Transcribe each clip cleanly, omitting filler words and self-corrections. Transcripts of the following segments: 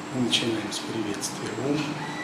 Мы начинаем с приветствия Ом.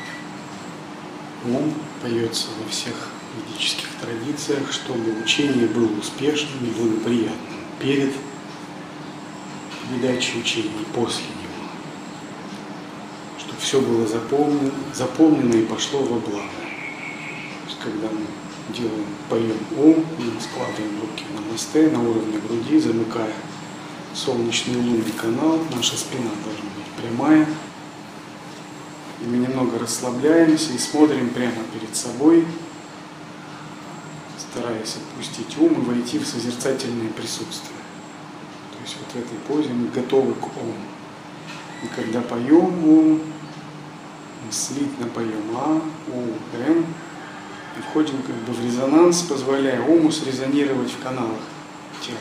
Ом поется во всех ведических традициях, чтобы учение было успешным и благоприятным перед передачей учения и после него. Чтобы все было заполнено и пошло во благо. То есть, когда мы поем Ом, мы складываем руки на намасте на уровне груди, замыкая солнечный и лунный канал, наша спина должна быть прямая. И мы немного расслабляемся и смотрим прямо перед собой, стараясь отпустить ум и войти в созерцательное присутствие. То есть вот в этой позе мы готовы к Ом. И когда поем Ом, мы слитно поем А, У, М, и входим как бы в резонанс, позволяя Ому срезонировать в каналах тела.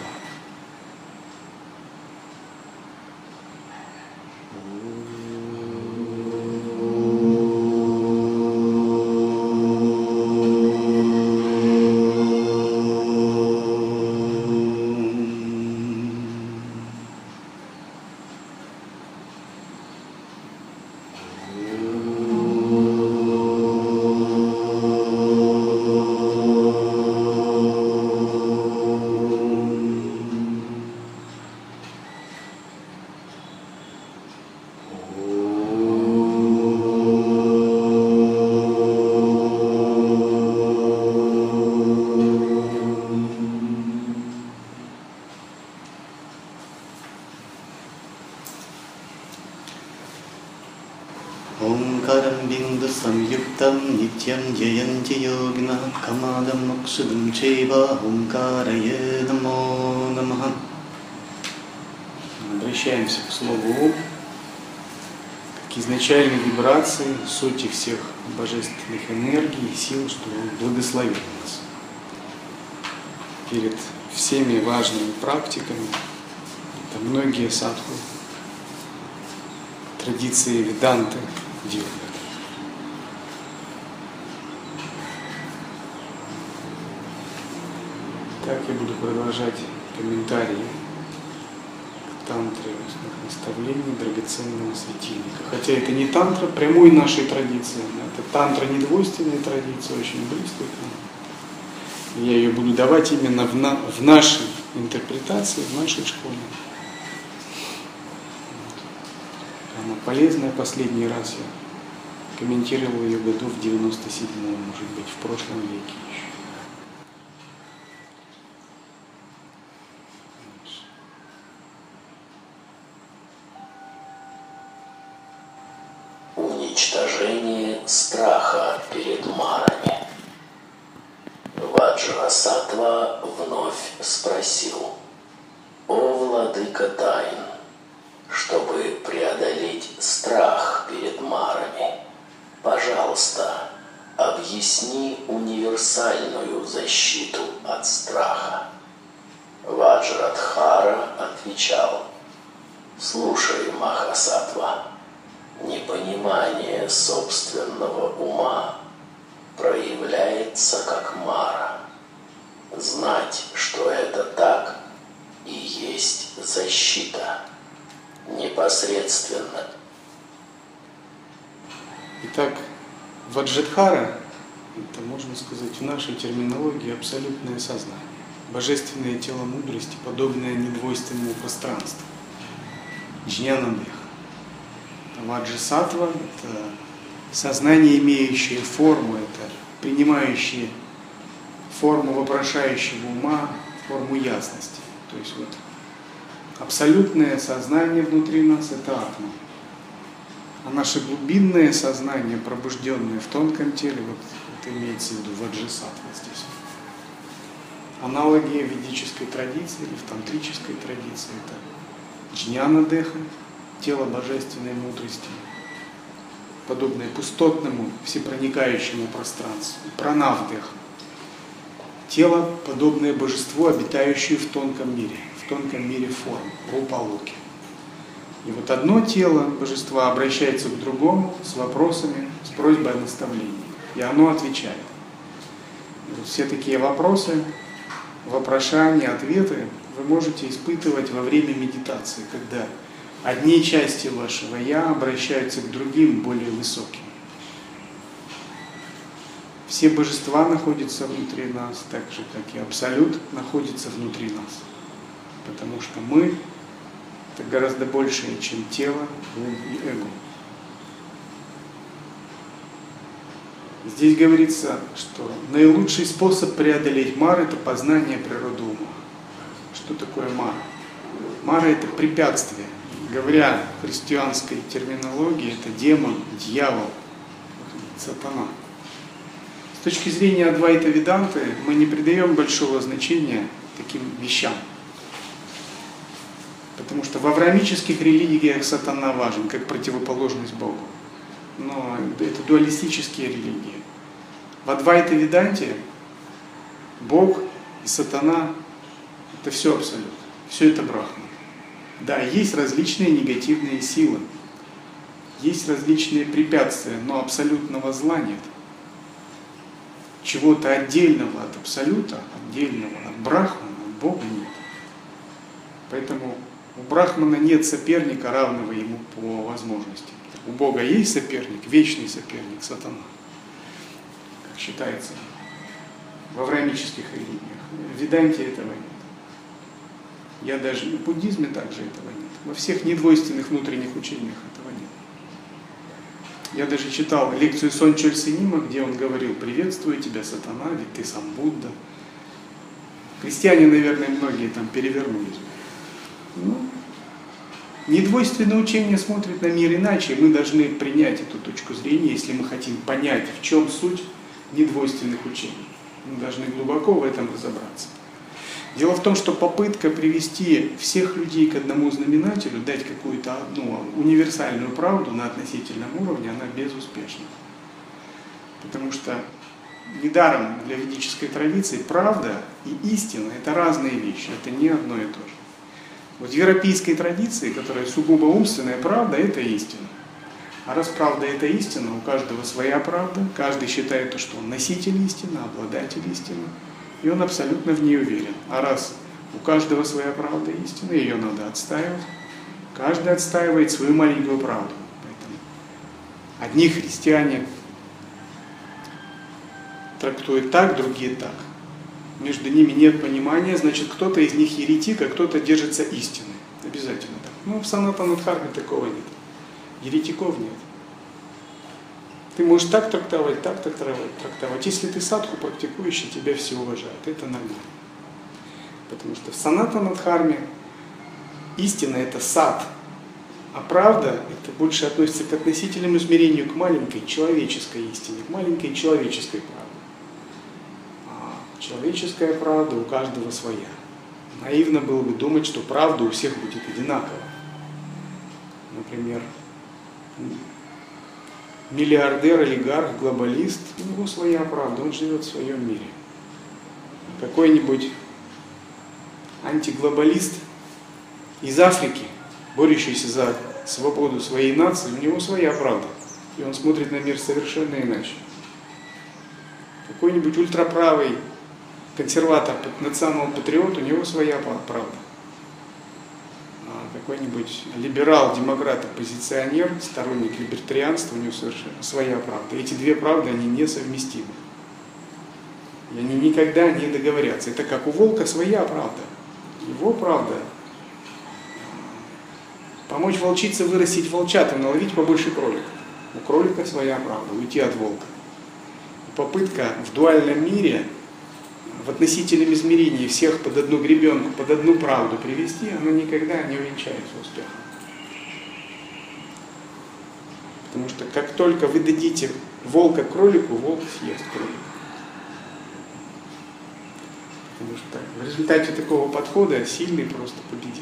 Омкарам бинду самюктам нитьям джаянти йогина камадам мокшудам чейва омкарае намо намаха. Обращаемся к слову Ом, к изначальной вибрации, сути всех божественных энергий и сил, что Он благословил нас. Перед всеми важными практиками, это многие садху, традиции веданты делают. Так я буду продолжать комментарии к тантре устных наставлений драгоценного светильника. Хотя это не тантра прямой нашей традиции, это тантра недвойственной традиции, очень близкая к нам. И я ее буду давать именно в нашей интерпретации, в нашей школе. Она полезная. Последний раз я комментировал ее году в 97-м, может быть, в прошлом веке еще. Уничтожение страха перед марами. Ваджрасаттва вновь спросил: «О владыка тайн, чтобы преодолеть страх перед марами, пожалуйста, объясни универсальную защиту от страха». Ваджрадхара отвечал: «Слушай, Махасаттва, непонимание собственного ума проявляется как мара. Знать, что это так, и есть защита. Непосредственно». Итак, Ваджрадхара – это, можно сказать, в нашей терминологии абсолютное сознание. Божественное тело мудрости, подобное недвойственному пространству. Джняна-деха. Ваджасаттва – это сознание, имеющее форму, это принимающее форму вопрошающего ума, форму ясности. То есть вот абсолютное сознание внутри нас – это атма. А наше глубинное сознание, пробужденное в тонком теле, вот это имеется в виду ваджасаттва здесь. Аналогия в ведической традиции или в тантрической традиции – это джняна-деха, тело божественной мудрости, подобное пустотному, всепроникающему пространству, пранав-деха, тело, подобное божеству, обитающее в тонком мире форм, рупа-локи. И вот одно тело божества обращается к другому с вопросами, с просьбой о наставлении, и оно отвечает. И вот все такие вопросы, вопрошания, ответы вы можете испытывать во время медитации, когда одни части вашего «я» обращаются к другим, более высоким. Все божества находятся внутри нас, так же, как и Абсолют находится внутри нас. Потому что мы – это гораздо большее, чем тело, ум и эго. Здесь говорится, что наилучший способ преодолеть мар – это познание природы ума. Что такое мар? Мара – это препятствие. Говоря христианской терминологии, это демон, дьявол, сатана. С точки зрения Адвайта Веданты мы не придаем большого значения таким вещам. Потому что в авраамических религиях сатана важен, как противоположность Богу. Но это дуалистические религии. В Адвайта Веданте Бог и сатана – это все абсолют, все это брахма. Да, есть различные негативные силы, есть различные препятствия, но абсолютного зла нет. Чего-то отдельного от абсолюта, отдельного от брахмана, от Бога нет. Поэтому у брахмана нет соперника, равного ему по возможности. У Бога есть соперник, вечный соперник, сатана, как считается в авраамических религиях. В Веданте этого нет. Я даже в буддизме также этого нет. Во всех недвойственных внутренних учениях этого нет. Я даже читал лекцию Сон Чоль Сенима, где он говорил: «Приветствую тебя, сатана, ведь ты сам Будда». Христиане, наверное, многие там перевернулись. Ну, недвойственное учение смотрит на мир иначе, и мы должны принять эту точку зрения, если мы хотим понять, в чем суть недвойственных учений. Мы должны глубоко в этом разобраться. Дело в том, что попытка привести всех людей к одному знаменателю, дать какую-то одну универсальную правду на относительном уровне, она безуспешна. Потому что недаром для ведической традиции правда и истина – это разные вещи, это не одно и то же. Вот в европейской традиции, которая сугубо умственная, правда – это истина. А раз правда – это истина, у каждого своя правда, каждый считает, что он носитель истины, обладатель истины, и он абсолютно в ней уверен. А раз у каждого своя правда и истина, ее надо отстаивать, каждый отстаивает свою маленькую правду. Поэтому одни христиане трактуют так, другие так. Между ними нет понимания, значит, кто-то из них еретик, а кто-то держится истины. Обязательно так. Но в Санатанадхарме такого нет. Еретиков нет. Ты можешь так трактовать, так трактовать. Если ты садху практикующий, тебя все уважают. Это нормально. Потому что в Санатанадхарме истина – это сад, а правда – это больше относится к относительному измерению, к маленькой человеческой истине, к маленькой человеческой правде. А человеческая правда у каждого своя. Наивно было бы думать, что правда у всех будет одинакова. Например, миллиардер, олигарх, глобалист, у него своя правда, он живет в своем мире. Какой-нибудь антиглобалист из Африки, борющийся за свободу своей нации, у него своя правда. И он смотрит на мир совершенно иначе. Какой-нибудь ультраправый консерватор, национал-патриот, у него своя правда. Какой-нибудь либерал, демократ, оппозиционер, сторонник либертарианства, у него совершенно своя правда. Эти две правды, они несовместимы. И они никогда не договорятся. Это как у волка своя правда. Его правда – помочь волчице вырастить волчат и наловить побольше кроликов. У кролика своя правда – уйти от волка. Попытка в дуальном мире, в относительном измерении всех под одну гребенку, под одну правду привести, она никогда не увенчается успехом. Потому что как только вы дадите волка кролику, волк съест кролика. Потому что в результате такого подхода сильный просто победит.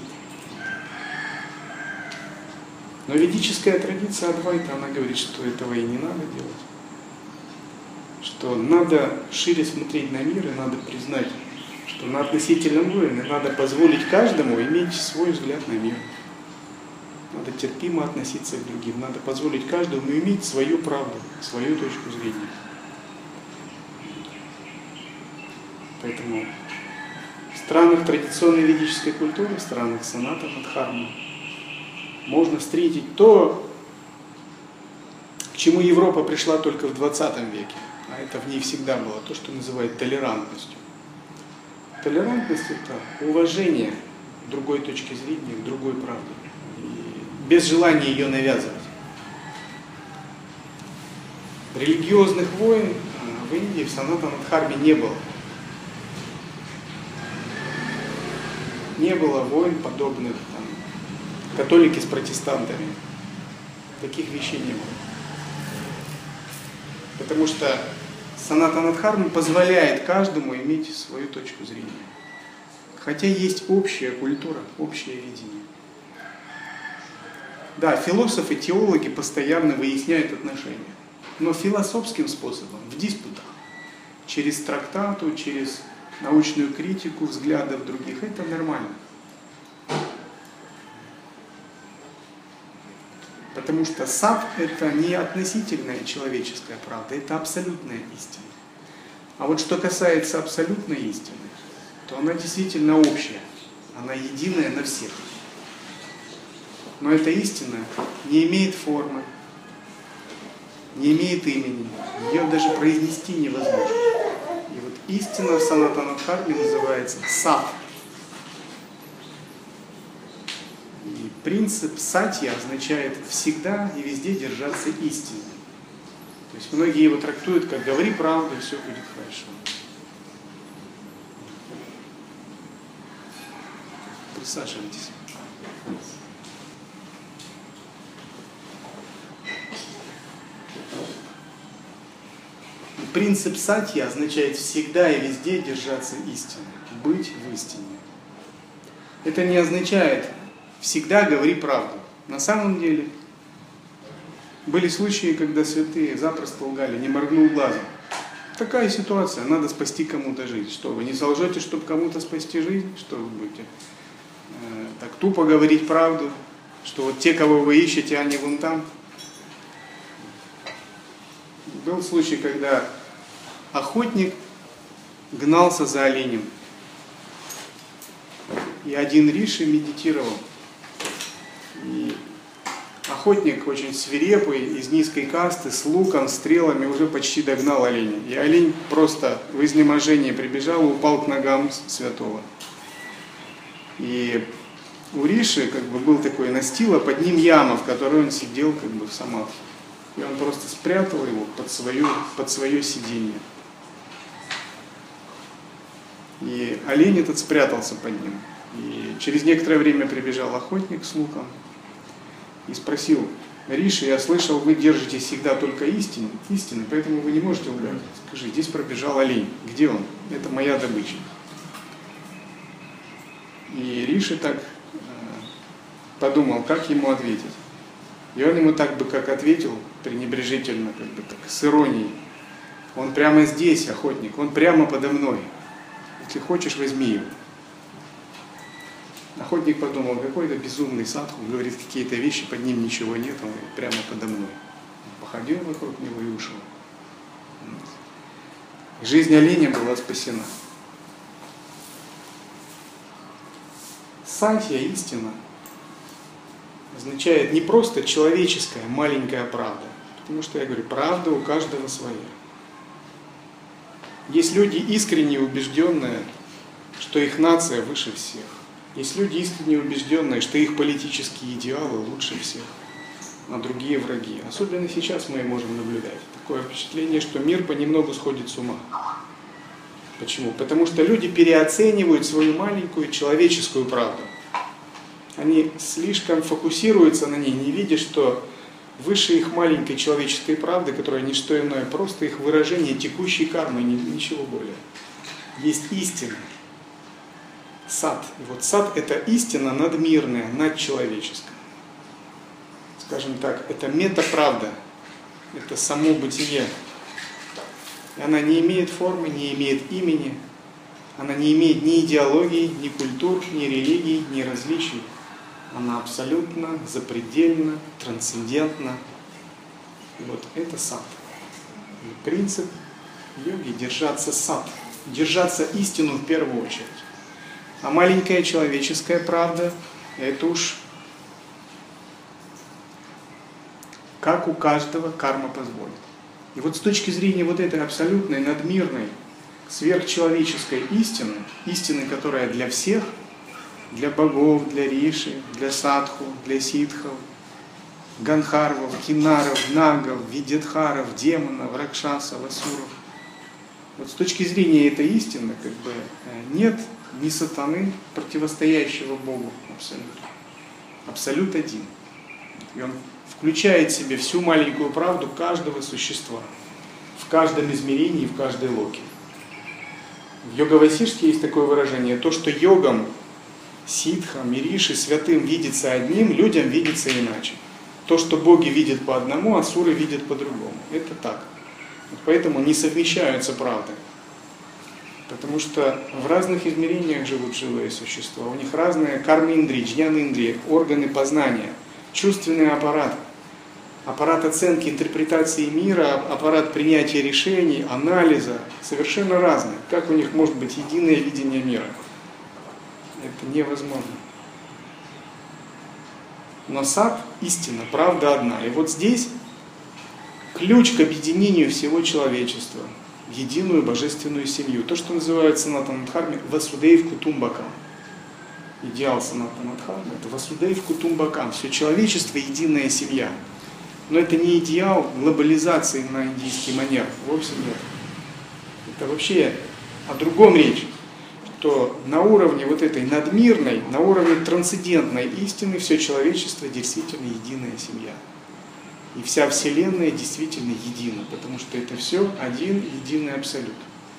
Но ведическая традиция Адвайта, она говорит, что этого и не надо делать. Что надо шире смотреть на мир, и надо признать, что на относительном уровне надо позволить каждому иметь свой взгляд на мир. Надо терпимо относиться к другим, надо позволить каждому иметь свою правду, свою точку зрения. Поэтому в странах традиционной ведической культуры, в странах Санатанадхармы, можно встретить то, к чему Европа пришла только в 20 веке, а это в ней всегда было, то, что называют толерантностью. Толерантность – это уважение к другой точки зрения, к другой правде, и без желания ее навязывать. Религиозных войн в Индии, в Санатана-дхарме не было. Не было войн, подобных там, католики с протестантами. Таких вещей не было. Потому что Санатана-дхарма позволяет каждому иметь свою точку зрения. Хотя есть общая культура, общее видение. Да, философы, теологи постоянно выясняют отношения. Но философским способом, в диспутах, через трактату, через научную критику взглядов других, это нормально. Потому что сат – это не относительная человеческая правда, это абсолютная истина. А вот что касается абсолютной истины, то она действительно общая, она единая на всех. Но эта истина не имеет формы, не имеет имени, ее даже произнести невозможно. И вот истина в Санатана-дхарме называется сат. И принцип сатья означает всегда и везде держаться истины. То есть многие его трактуют как «говори правду, и все будет хорошо». Присаживайтесь. Принцип сатья означает всегда и везде держаться истины, быть в истине. Это не означает всегда говори правду. На самом деле были случаи, когда святые запросто лгали, не моргнул глазом. Такая ситуация, надо спасти кому-то жизнь. Что вы не солжете, чтобы кому-то спасти жизнь? Что вы будете так тупо говорить правду, что вот те, кого вы ищете, они вон там? Был случай, когда охотник гнался за оленем. И один риши медитировал. И охотник очень свирепый, из низкой касты, с луком, стрелами уже почти догнал оленя. И олень просто в изнеможении прибежал и упал к ногам святого. И у риши был такой настил, а под ним яма, в которой он сидел в самадхи. И он просто спрятал его под свое сиденье. И олень этот спрятался под ним. И через некоторое время прибежал охотник с луком и спросил: Риши, я слышал, вы держитесь всегда только истины, поэтому вы не можете лгать. Скажи, здесь пробежал олень. Где он? Это моя добыча. И Риши так подумал, как ему ответить. И он ему так бы как ответил, пренебрежительно, так, с иронией. Он прямо здесь, охотник, он прямо подо мной. Если хочешь, возьми его. Охотник подумал, какой-то безумный садху говорит какие-то вещи, под ним ничего нет, он говорит, прямо подо мной. Он походил вокруг него и ушел. Жизнь оленя была спасена. Сатья, истина, означает не просто человеческая маленькая правда, потому что, я говорю, правда у каждого своя. Есть люди искренне убежденные, что их нация выше всех. Есть люди искренне убежденные, что их политические идеалы лучше всех, а другие враги. Особенно сейчас мы можем наблюдать такое впечатление, что мир понемногу сходит с ума. Почему? Потому что люди переоценивают свою маленькую человеческую правду. Они слишком фокусируются на ней, не видя, что выше их маленькой человеческой правды, которая не что иное, просто их выражение текущей кармы, ничего более. Есть истина. Сат. И вот сат – это истина надмирная, надчеловеческая. Скажем так, это метаправда, это само бытие. И она не имеет формы, не имеет имени, она не имеет ни идеологии, ни культур, ни религий, ни различий. Она абсолютно, запредельно, трансцендентна. И вот это сат. И принцип йоги – держаться сат, держаться истину в первую очередь. А маленькая человеческая правда – это уж как у каждого карма позволит. И вот с точки зрения вот этой абсолютной, надмирной, сверхчеловеческой истины, истины, которая для всех, для богов, для риши, для садху, для ситхов, ганхарвов, кинаров, нагов, видетхаров, демонов, ракшасов, асуров. Вот с точки зрения этой истины, как бы, нет ни сатаны, противостоящего Богу абсолютно. Абсолют один. И он включает в себе всю маленькую правду каждого существа, в каждом измерении, в каждой локе. В йога-васиште есть такое выражение: то, что йогам, ситхам и риши, святым видится одним, людям видится иначе. То, что боги видят по одному, асуры видят по-другому. Это так. Вот поэтому не совмещаются правды. Потому что в разных измерениях живут живые существа. У них разные карма-индрии, джняна-индрии, органы познания, чувственный аппарат, аппарат оценки, интерпретации мира, аппарат принятия решений, анализа совершенно разный. Как у них может быть единое видение мира? Это невозможно. Но сат – истина, правда одна. И вот здесь ключ к объединению всего человечества в единую божественную семью. То, что называется санатана-дхарме Васудейв Кутумбакам. Идеал санатана-дхармы – это Васудейв Кутумбакам. Все человечество – единая семья. Но это не идеал глобализации на индийский манер. Вовсе нет. Это вообще о другом речь. Что на уровне вот этой надмирной, на уровне трансцендентной истины все человечество действительно единая семья. И вся Вселенная действительно едина, потому что это все один единый абсолют.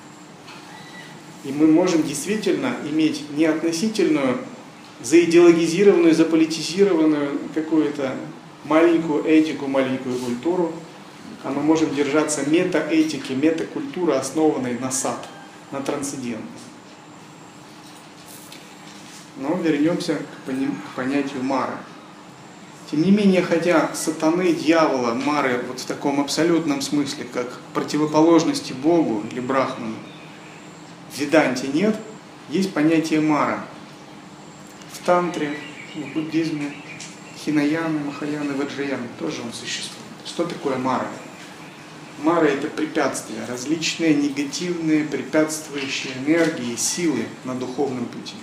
И мы можем действительно иметь не относительную, заидеологизированную, заполитизированную какую-то маленькую этику, маленькую культуру, а мы можем держаться метаэтики, метакультуры, основанной на сат, на трансцендентности. Но вернемся к понятию мара. Тем не менее, хотя сатаны, дьявола, мары вот в таком абсолютном смысле, как противоположности Богу или Брахману, в Веданте нет, есть понятие мара. В тантре, в буддизме, хинаяны, махаяны, ваджраяны тоже он существует. Что такое мара? Мара – это препятствия, различные негативные, препятствующие энергии, силы на духовном пути.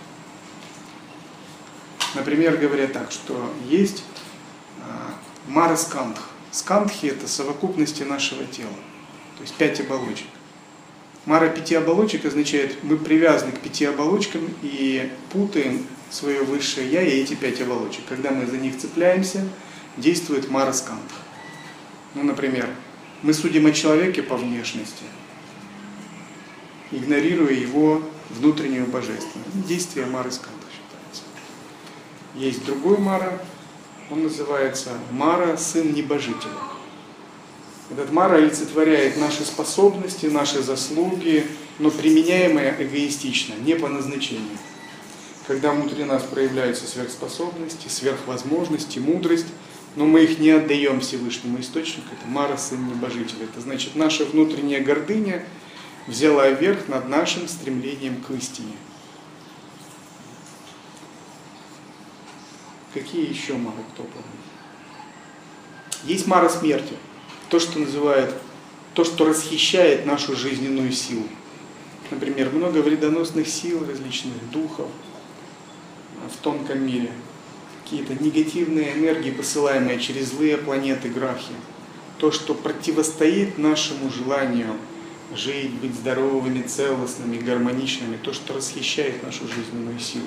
Например, говорят так, что есть мара скандх. Скандхи – это совокупности нашего тела, то есть 5 оболочек. Мара 5 оболочек означает, мы привязаны к 5 оболочкам и путаем свое высшее я и эти 5 оболочек. Когда мы за них цепляемся, действует мара скандх. Ну, например, мы судим о человеке по внешности, игнорируя его внутреннюю божественность. Действие мары скандх. Есть другой мара, он называется мара, сын небожителя. Этот мара олицетворяет наши способности, наши заслуги, но применяемые эгоистично, не по назначению. Когда внутри нас проявляются сверхспособности, сверхвозможности, мудрость, но мы их не отдаем Всевышнему Источнику, это мара, сын небожителя. Это значит, наша внутренняя гордыня взяла верх над нашим стремлением к истине. Какие еще мары, кто помнит? Есть мара смерти. То, что называют, то, что расхищает нашу жизненную силу. Например, много вредоносных сил, различных духов в тонком мире. Какие-то негативные энергии, посылаемые через злые планеты Грахи. То, что противостоит нашему желанию жить, быть здоровыми, целостными, гармоничными. То, что расхищает нашу жизненную силу.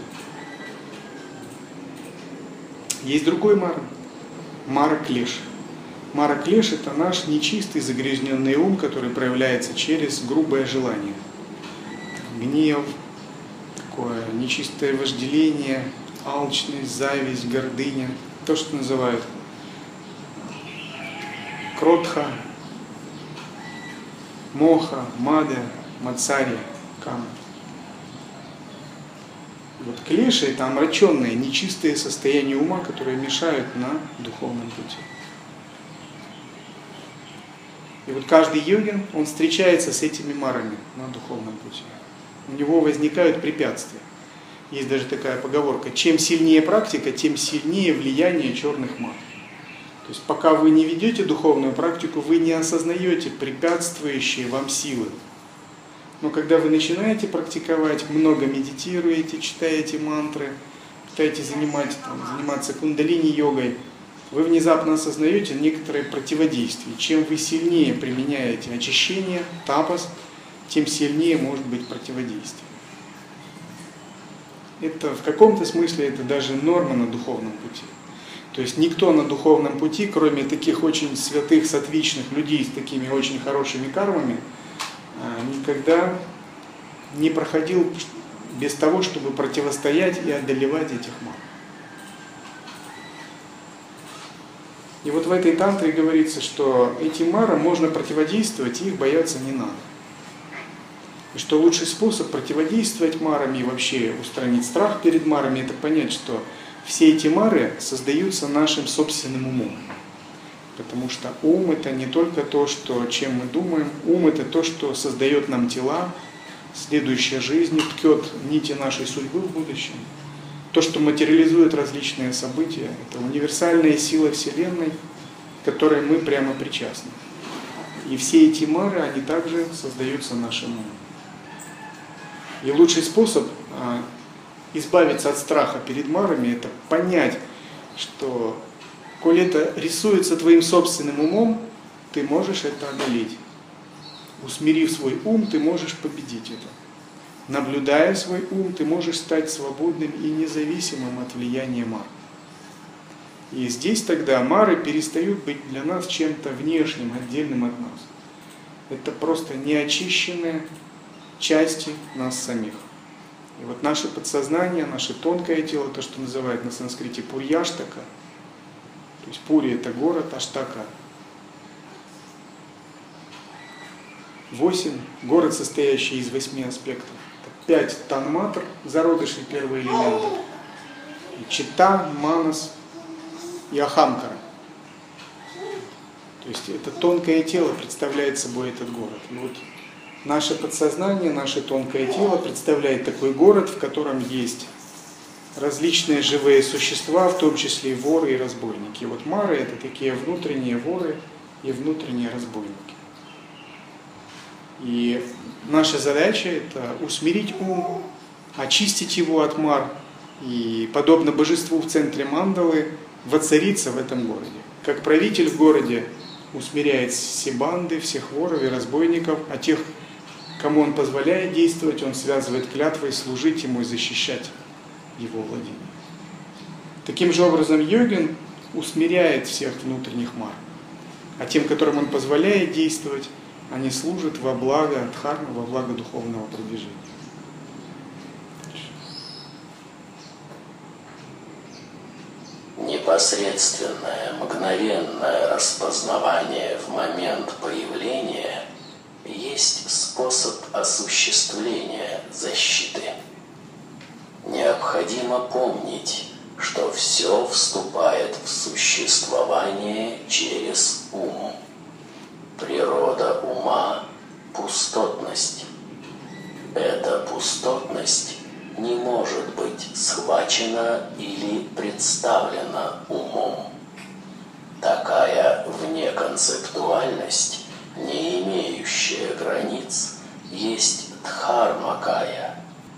Есть другой мара. Мара клеш. Мара клеш – это наш нечистый, загрязненный ум, который проявляется через грубое желание. Гнев, такое нечистое вожделение, алчность, зависть, гордыня. То, что называют кротха, моха, мада, мацарья, кама. Вот клеши – это омраченные, нечистые состояния ума, которые мешают на духовном пути. И вот каждый йогин, он встречается с этими марами на духовном пути. У него возникают препятствия. Есть даже такая поговорка: чем сильнее практика, тем сильнее влияние черных мар. То есть пока вы не ведете духовную практику, вы не осознаете препятствующие вам силы. Но когда вы начинаете практиковать, много медитируете, читаете мантры, пытаетесь заниматься кундалини-йогой, вы внезапно осознаете некоторые противодействия. Чем вы сильнее применяете очищение, тапас, тем сильнее может быть противодействие. Это в каком-то смысле это даже норма на духовном пути. То есть никто на духовном пути, кроме таких очень святых, сатвичных людей с такими очень хорошими кармами, никогда не проходил без того, чтобы противостоять и одолевать этих мар. И вот в этой тантре говорится, что этим марам можно противодействовать, и их бояться не надо. И что лучший способ противодействовать марам и вообще устранить страх перед марами, это понять, что все эти мары создаются нашим собственным умом. Потому что ум — это не только то, чем мы думаем, ум — это то, что создает нам тела, следующая жизнь, ткет нити нашей судьбы в будущем. То, что материализует различные события, это универсальная сила Вселенной, к которой мы прямо причастны. И все эти мары, они также создаются нашим умом. И лучший способ избавиться от страха перед марами — это понять, что, коль это рисуется твоим собственным умом, ты можешь это одолеть. Усмирив свой ум, ты можешь победить это. Наблюдая свой ум, ты можешь стать свободным и независимым от влияния мар. И здесь тогда мары перестают быть для нас чем-то внешним, отдельным от нас. Это просто неочищенные части нас самих. И вот наше подсознание, наше тонкое тело, то, что называют на санскрите пурьяштака, то есть Пури — это город, Аштака — 8, город, состоящий из 8 аспектов. 5 танматр, зародыши, первые элементы. И чита, манас и ахамкара. То есть это тонкое тело представляет собой этот город. И вот наше подсознание, наше тонкое тело представляет такой город, в котором есть различные живые существа, в том числе и воры и разбойники. И вот мары — это такие внутренние воры и внутренние разбойники. И наша задача — это усмирить ум, очистить его от мар и, подобно божеству в центре мандалы, воцариться в этом городе. Как правитель в городе усмиряет все банды, всех воров и разбойников, а тех, кому он позволяет действовать, он связывает клятвой служить ему и защищать его владение. Таким же образом йогин усмиряет всех внутренних мар, а тем, которым он позволяет действовать, они служат во благо дхармы, во благо духовного продвижения. Непосредственное, мгновенное распознавание в момент появления есть способ осуществления защиты. Необходимо помнить, что все вступает в существование через ум. Природа ума – пустотность. Эта пустотность не может быть схвачена или представлена умом. Такая внеконцептуальность, не имеющая границ, есть дхармакая.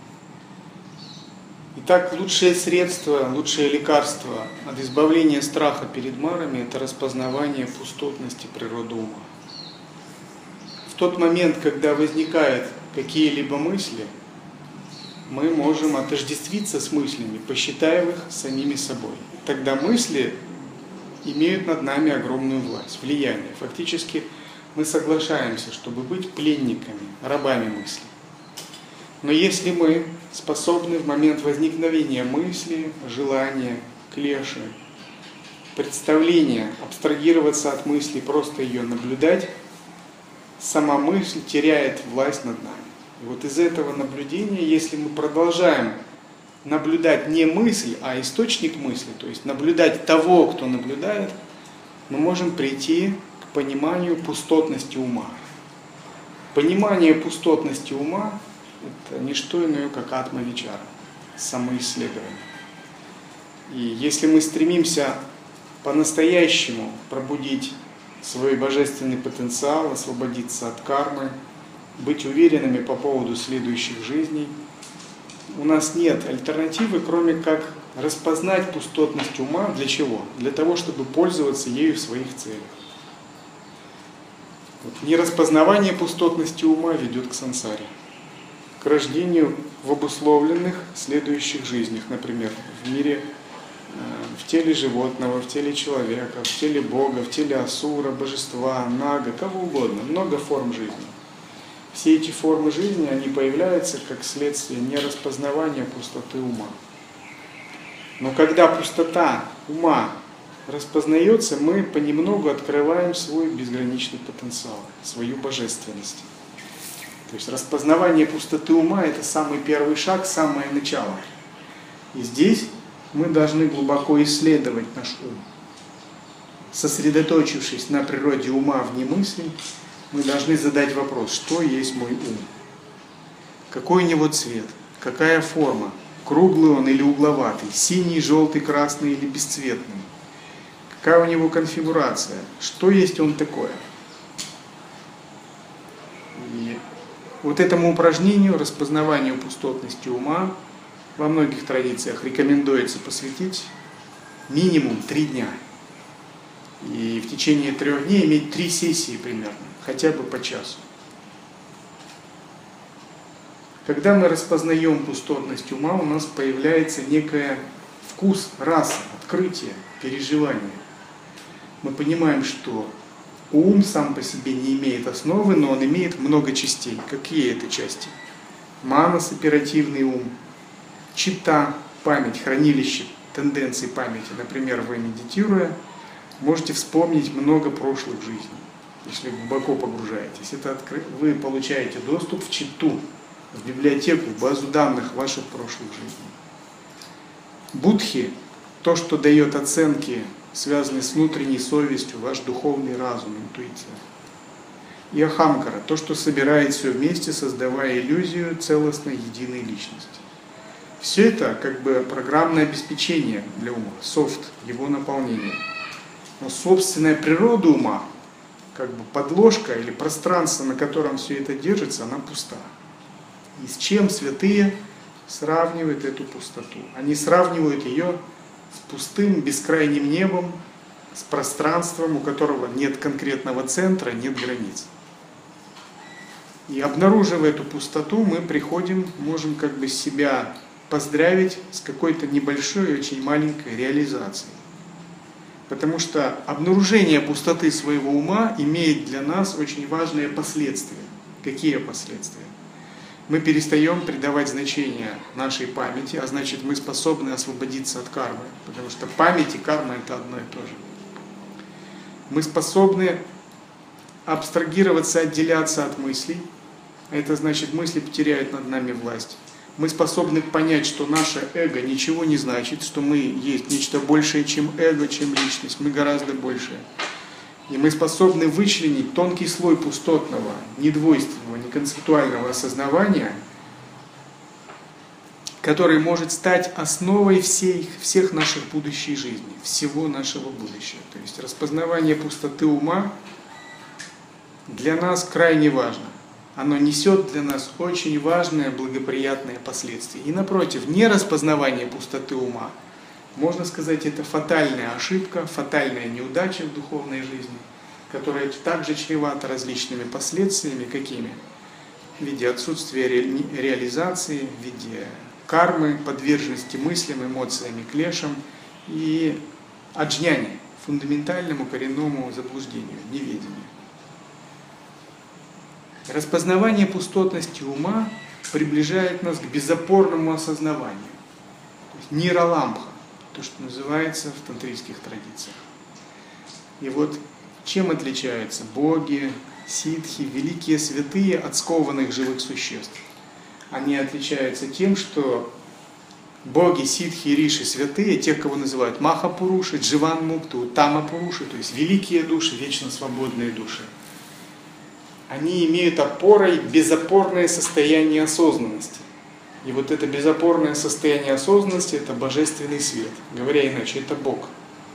Итак, лучшее средство, лучшее лекарство от избавления страха перед марами – это распознавание пустотности природы ума. В тот момент, когда возникают какие-либо мысли, мы можем отождествиться с мыслями, посчитав их самими собой. Тогда мысли имеют над нами огромную власть, влияние. Фактически мы соглашаемся, чтобы быть пленниками, рабами мыслей. Но если мы способны в момент возникновения мысли, желания, клеши, представления, абстрагироваться от мысли, просто ее наблюдать, сама мысль теряет власть над нами. И вот из этого наблюдения, если мы продолжаем наблюдать не мысль, а источник мысли, то есть наблюдать того, кто наблюдает, мы можем прийти к пониманию пустотности ума. Понимание пустотности ума – это не что иное, как атма-вичара, самоисследование. И если мы стремимся по-настоящему пробудить свой божественный потенциал, освободиться от кармы, быть уверенными по поводу следующих жизней, у нас нет альтернативы, кроме как распознать пустотность ума. Для чего? Для того, чтобы пользоваться ею в своих целях. Нераспознавание пустотности ума ведет к сансаре, к рождению в обусловленных следующих жизнях, например, в мире, в теле животного, в теле человека, в теле Бога, в теле асура, божества, нага, кого угодно, много форм жизни. Все эти формы жизни, они появляются как следствие нераспознавания пустоты ума. Но когда пустота ума распознается, мы понемногу открываем свой безграничный потенциал, свою божественность. То есть распознавание пустоты ума – это самый первый шаг, самое начало. И здесь мы должны глубоко исследовать наш ум. Сосредоточившись на природе ума вне мыслей, мы должны задать вопрос, что есть мой ум? Какой у него цвет? Какая форма? Круглый он или угловатый? Синий, желтый, красный или бесцветный? Какая у него конфигурация? Что есть он такое? И вот этому упражнению, распознаванию пустотности ума, во многих традициях рекомендуется посвятить минимум 3 дня. И в течение 3 дней иметь 3 сессии примерно, хотя бы по часу. Когда мы распознаем пустотность ума, у нас появляется некий вкус, раса, открытие, переживание. Мы понимаем, что ум сам по себе не имеет основы, но он имеет много частей. Какие это части? Манас, оперативный ум, чита, память, хранилище тенденций памяти. Например, вы медитируя, можете вспомнить много прошлых жизней, если глубоко погружаетесь. Вы получаете доступ в читу, в библиотеку, в базу данных ваших прошлых жизней. Будхи – то, что дает оценки, связанные с внутренней совестью, ваш духовный разум, интуиция. И ахамкара – то, что собирает все вместе, создавая иллюзию целостной единой личности. Все это как бы программное обеспечение для ума, софт, его наполнение. Но собственная природа ума, как бы подложка или пространство, на котором все это держится, она пуста. И с чем святые сравнивают эту пустоту? Они сравнивают ее с пустым бескрайним небом, с пространством, у которого нет конкретного центра, нет границ. И обнаруживая эту пустоту, мы можем как бы себя поздравить с какой-то небольшой и очень маленькой реализацией. Потому что обнаружение пустоты своего ума имеет для нас очень важные последствия. Какие последствия? Мы перестаем придавать значение нашей памяти, а значит мы способны освободиться от кармы, потому что память и карма – это одно и то же. Мы способны абстрагироваться, отделяться от мыслей, а это значит мысли потеряют над нами власть. Мы способны понять, что наше эго ничего не значит, что мы есть нечто большее, чем эго, чем личность, мы гораздо большее. И мы способны вычленить тонкий слой пустотного, недвойственного, неконцептуального осознавания, который может стать основой всех наших будущих жизней, всего нашего будущего. То есть распознавание пустоты ума для нас крайне важно. Оно несет для нас очень важные, благоприятные последствия. И напротив, нераспознавание пустоты ума, можно сказать, это фатальная ошибка, фатальная неудача в духовной жизни, которая также чревата различными последствиями. Какими? В виде отсутствия реализации, в виде кармы, подверженности мыслям, эмоциям и клешам и аджняни, фундаментальному коренному заблуждению, неведению. Распознавание пустотности ума приближает нас к безопорному осознаванию. То есть нираламбха, то, что называется в тантрийских традициях. И вот чем отличаются боги, ситхи, великие святые от скованных живых существ? Они отличаются тем, что боги, ситхи, риши, святые, те, кого называют махапуруши, дживан-мукту, тамапуруши, то есть великие души, вечно свободные души, они имеют опорой безопорное состояние осознанности. И вот это безопорное состояние осознанности – это божественный свет. Говоря иначе, это Бог.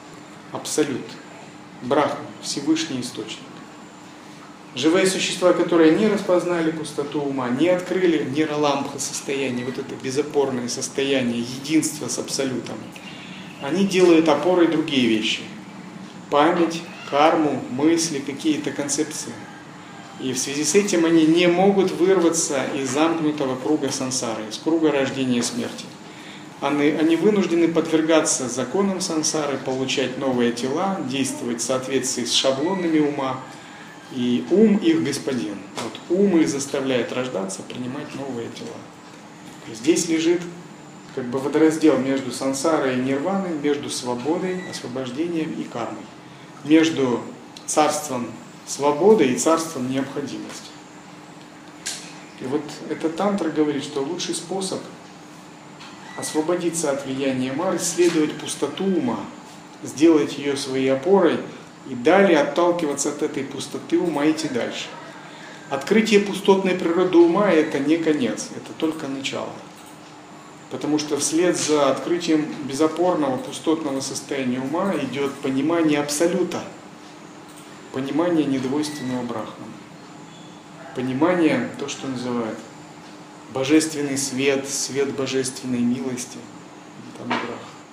абсолют, Брахма, Всевышний источник. Живые существа, которые не распознали пустоту ума, не открыли нираламбха состояние, вот это безопорное состояние, единство с абсолютом, они делают опорой другие вещи. Память, карму, мысли, какие-то концепции. И в связи с этим они не могут вырваться из замкнутого круга сансары, из круга рождения и смерти. Они вынуждены подвергаться законам сансары, получать новые тела, действовать в соответствии с шаблонами ума. И ум их господин. Вот ум их заставляет рождаться, принимать новые тела. Здесь лежит как бы водораздел между сансарой и нирваной, между свободой, освобождением и кармой. Между царством свободы и царством необходимости. И вот эта тантра говорит, что лучший способ освободиться от влияния Мары, исследовать пустоту ума, сделать ее своей опорой и далее отталкиваться от этой пустоты ума и идти дальше. Открытие пустотной природы ума – это не конец, это только начало. Потому что вслед за открытием безопорного пустотного состояния ума идет понимание абсолюта, понимание недвойственного брахмана, понимание, то, что называют божественный свет, свет божественной милости. Там брахма.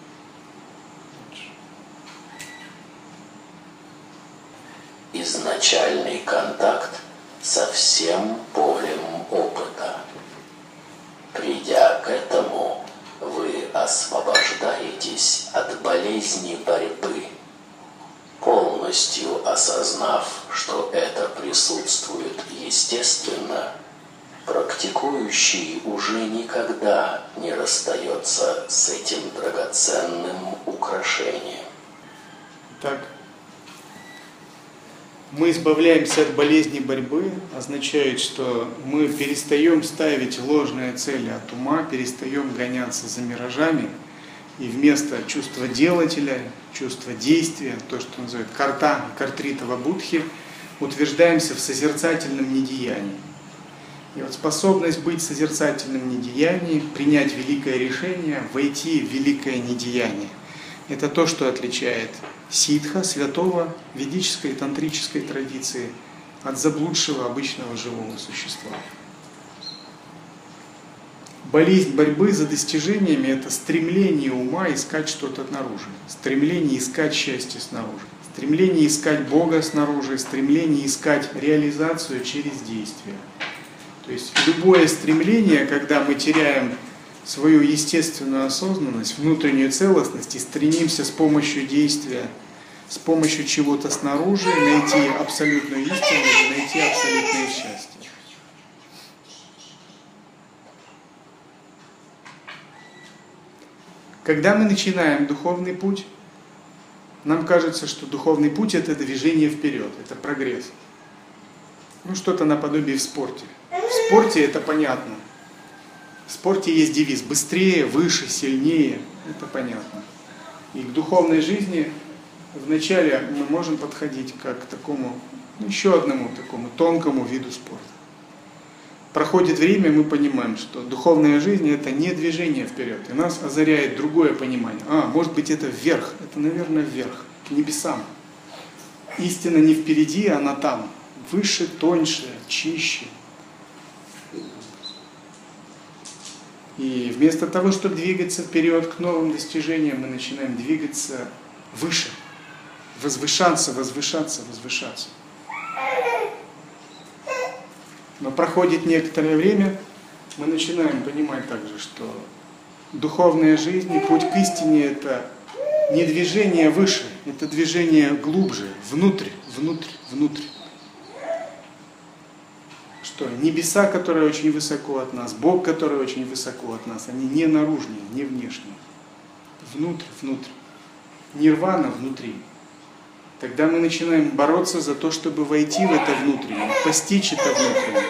Изначальный контакт со всем полем опыта. Придя к этому, вы освобождаетесь от болезни борьбы, полностью осознав, что это присутствует естественно. Практикующий уже никогда не расстается с этим драгоценным украшением. Так, мы избавляемся от болезни борьбы, означает, что мы перестаем ставить ложные цели от ума, перестаем гоняться за миражами, и вместо чувства делателя, чувства действия, то, что называют карта, картритава будхи, утверждаемся в созерцательном недеянии. И вот способность быть в созерцательном недеянии, принять великое решение, войти в великое недеяние, это то, что отличает ситха, святого, ведической, тантрической традиции от заблудшего обычного живого существа. Болезнь борьбы за достижениями – это стремление ума искать что-то снаружи, стремление искать счастье снаружи, стремление искать Бога снаружи, стремление искать реализацию через действие. То есть любое стремление, когда мы теряем свою естественную осознанность, внутреннюю целостность и стремимся с помощью действия, с помощью чего-то снаружи найти абсолютную истину и найти абсолютное счастье. Когда мы начинаем духовный путь, нам кажется, что духовный путь – это движение вперед, это прогресс. Ну, что-то наподобие в спорте. В спорте это понятно. В спорте есть девиз «быстрее, выше, сильнее». Это понятно. И к духовной жизни вначале мы можем подходить как к такому, еще одному такому тонкому виду спорта. Проходит время, мы понимаем, что духовная жизнь – это не движение вперед. И нас озаряет другое понимание. Может быть, это вверх. Это, наверное, вверх, к небесам. Истина не впереди, она там. Выше, тоньше, чище. И вместо того, чтобы двигаться вперед к новым достижениям, мы начинаем двигаться выше, возвышаться, возвышаться, возвышаться. Но проходит некоторое время, мы начинаем понимать также, что духовная жизнь и путь к истине – это не движение выше, это движение глубже, внутрь, внутрь, внутрь. Что небеса, которые очень высоко от нас, Бог, который очень высоко от нас, они не наружные, не внешние. Внутрь, внутрь. Нирвана внутри. Тогда мы начинаем бороться за то, чтобы войти в это внутреннее, постичь это внутреннее.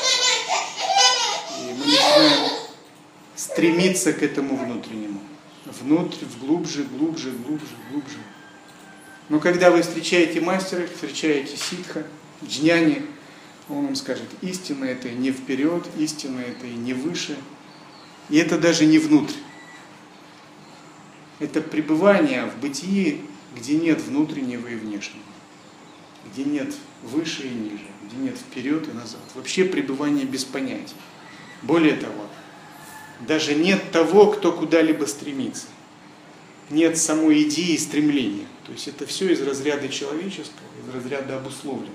И мы начинаем стремиться к этому внутреннему. Внутрь, глубже, глубже, глубже, глубже. Но когда вы встречаете мастера, встречаете ситха, джняни, он вам скажет, истина это и не вперед, истина это и не выше, и это даже не внутрь. Это пребывание в бытии где нет внутреннего и внешнего, где нет выше и ниже, где нет вперед и назад. Вообще пребывание без понятия. Более того, даже нет того, кто куда-либо стремится. Нет самой идеи стремления. То есть это все из разряда человеческого, из разряда обусловленного.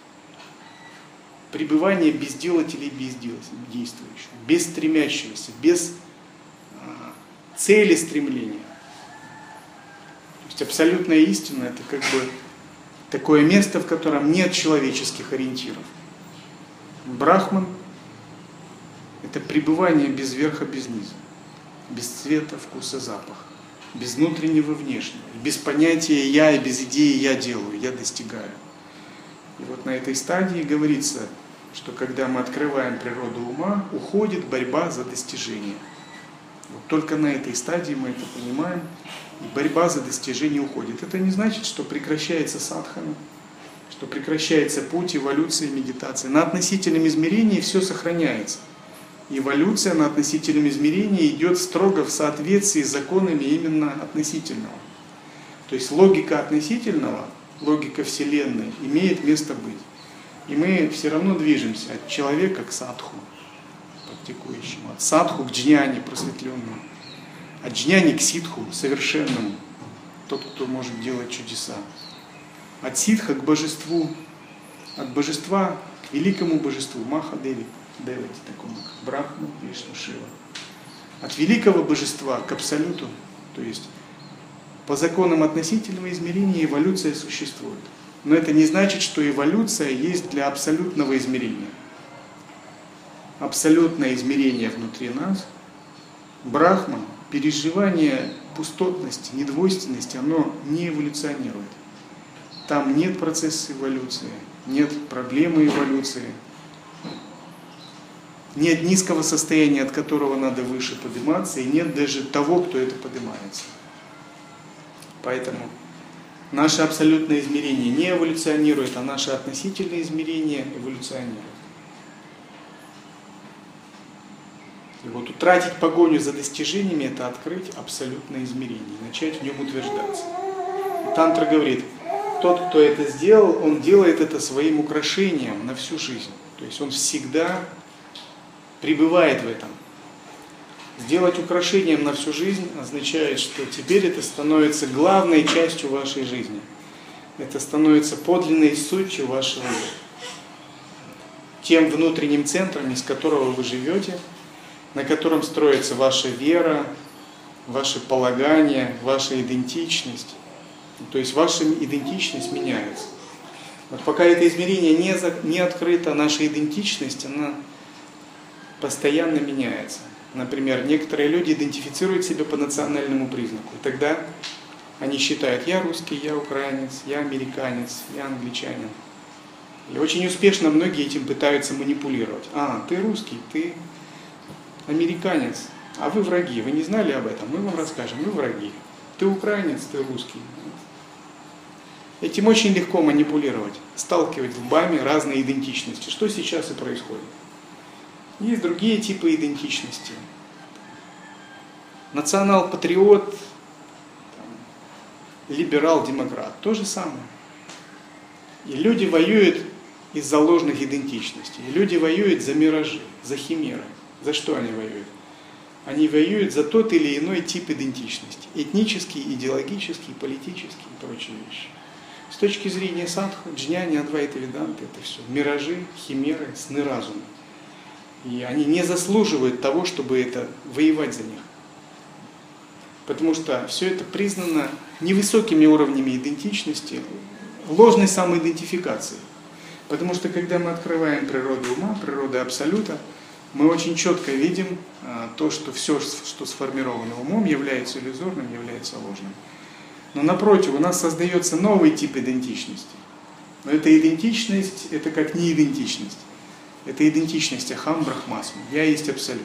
Пребывание без делателей, без действующих, без стремящегося, без цели стремления. То есть абсолютная истина — это как бы такое место, в котором нет человеческих ориентиров. Брахман — это пребывание без верха, без низа, без цвета, вкуса, запаха, без внутреннего, внешнего, без понятия «я» и без идеи «я делаю», «я достигаю». И вот на этой стадии говорится, что когда мы открываем природу ума, уходит борьба за достижение. Вот только на этой стадии мы это понимаем, и борьба за достижение уходит. Это не значит, что прекращается садхана, что прекращается путь, эволюция, медитация. На относительном измерении все сохраняется. Эволюция на относительном измерении идет строго в соответствии с законами именно относительного. То есть логика относительного, логика Вселенной имеет место быть. И мы все равно движемся от человека к садху, практикующему, от садху к джняне, просветленному, от джняни к ситху, совершенному, тот, кто может делать чудеса, от ситха к божеству, от божества к великому божеству, Маха-деви, Девати, такому как Брахма, Вишну, Шива, от великого божества к абсолюту, то есть по законам относительного измерения эволюция существует. Но это не значит, что эволюция есть для абсолютного измерения. Абсолютное измерение внутри нас, Брахман, переживание пустотности, недвойственности, оно не эволюционирует. Там нет процесса эволюции, нет проблемы эволюции, нет низкого состояния, от которого надо выше подниматься, и нет даже того, кто это поднимается. Поэтому наше абсолютное измерение не эволюционирует, а наше относительное измерение эволюционирует. И вот утратить погоню за достижениями — это открыть абсолютное измерение, начать в нем утверждаться. И тантра говорит, тот, кто это сделал, он делает это своим украшением на всю жизнь. То есть он всегда пребывает в этом. Сделать украшением на всю жизнь означает, что теперь это становится главной частью вашей жизни. Это становится подлинной сутью вашего «я». Тем внутренним центром, из которого вы живете, на котором строится ваша вера, ваше полагание, ваша идентичность. То есть ваша идентичность меняется. Вот пока это измерение не открыто, наша идентичность, она постоянно меняется. Например, некоторые люди идентифицируют себя по национальному признаку. И тогда они считают, я русский, я украинец, я американец, я англичанин. И очень успешно многие этим пытаются манипулировать. Ты русский, ты американец, а вы враги. Вы не знали об этом? Мы вам расскажем, вы враги. Ты украинец, ты русский. Этим очень легко манипулировать, сталкивать лбами разные идентичности, что сейчас и происходит. Есть другие типы идентичности. Национал-патриот, либерал-демократ, то же самое. И люди воюют из-за ложных идентичностей. И люди воюют за миражи, за химеры. За что они воюют? Они воюют за тот или иной тип идентичности. Этнический, идеологический, политический и прочие вещи. С точки зрения садху, джняни, адвайта, веданты, это все миражи, химеры, сны разума. И они не заслуживают того, чтобы воевать за них. Потому что все это признано невысокими уровнями идентичности, ложной самоидентификацией. Потому что когда мы открываем природу ума, природу абсолюта, мы очень четко видим то, что все, что сформировано умом, является иллюзорным, является ложным. Но напротив, у нас создается новый тип идентичности. Но эта идентичность, это как не идентичность. Это идентичность Ахам Брахмасми. Я есть Абсолют.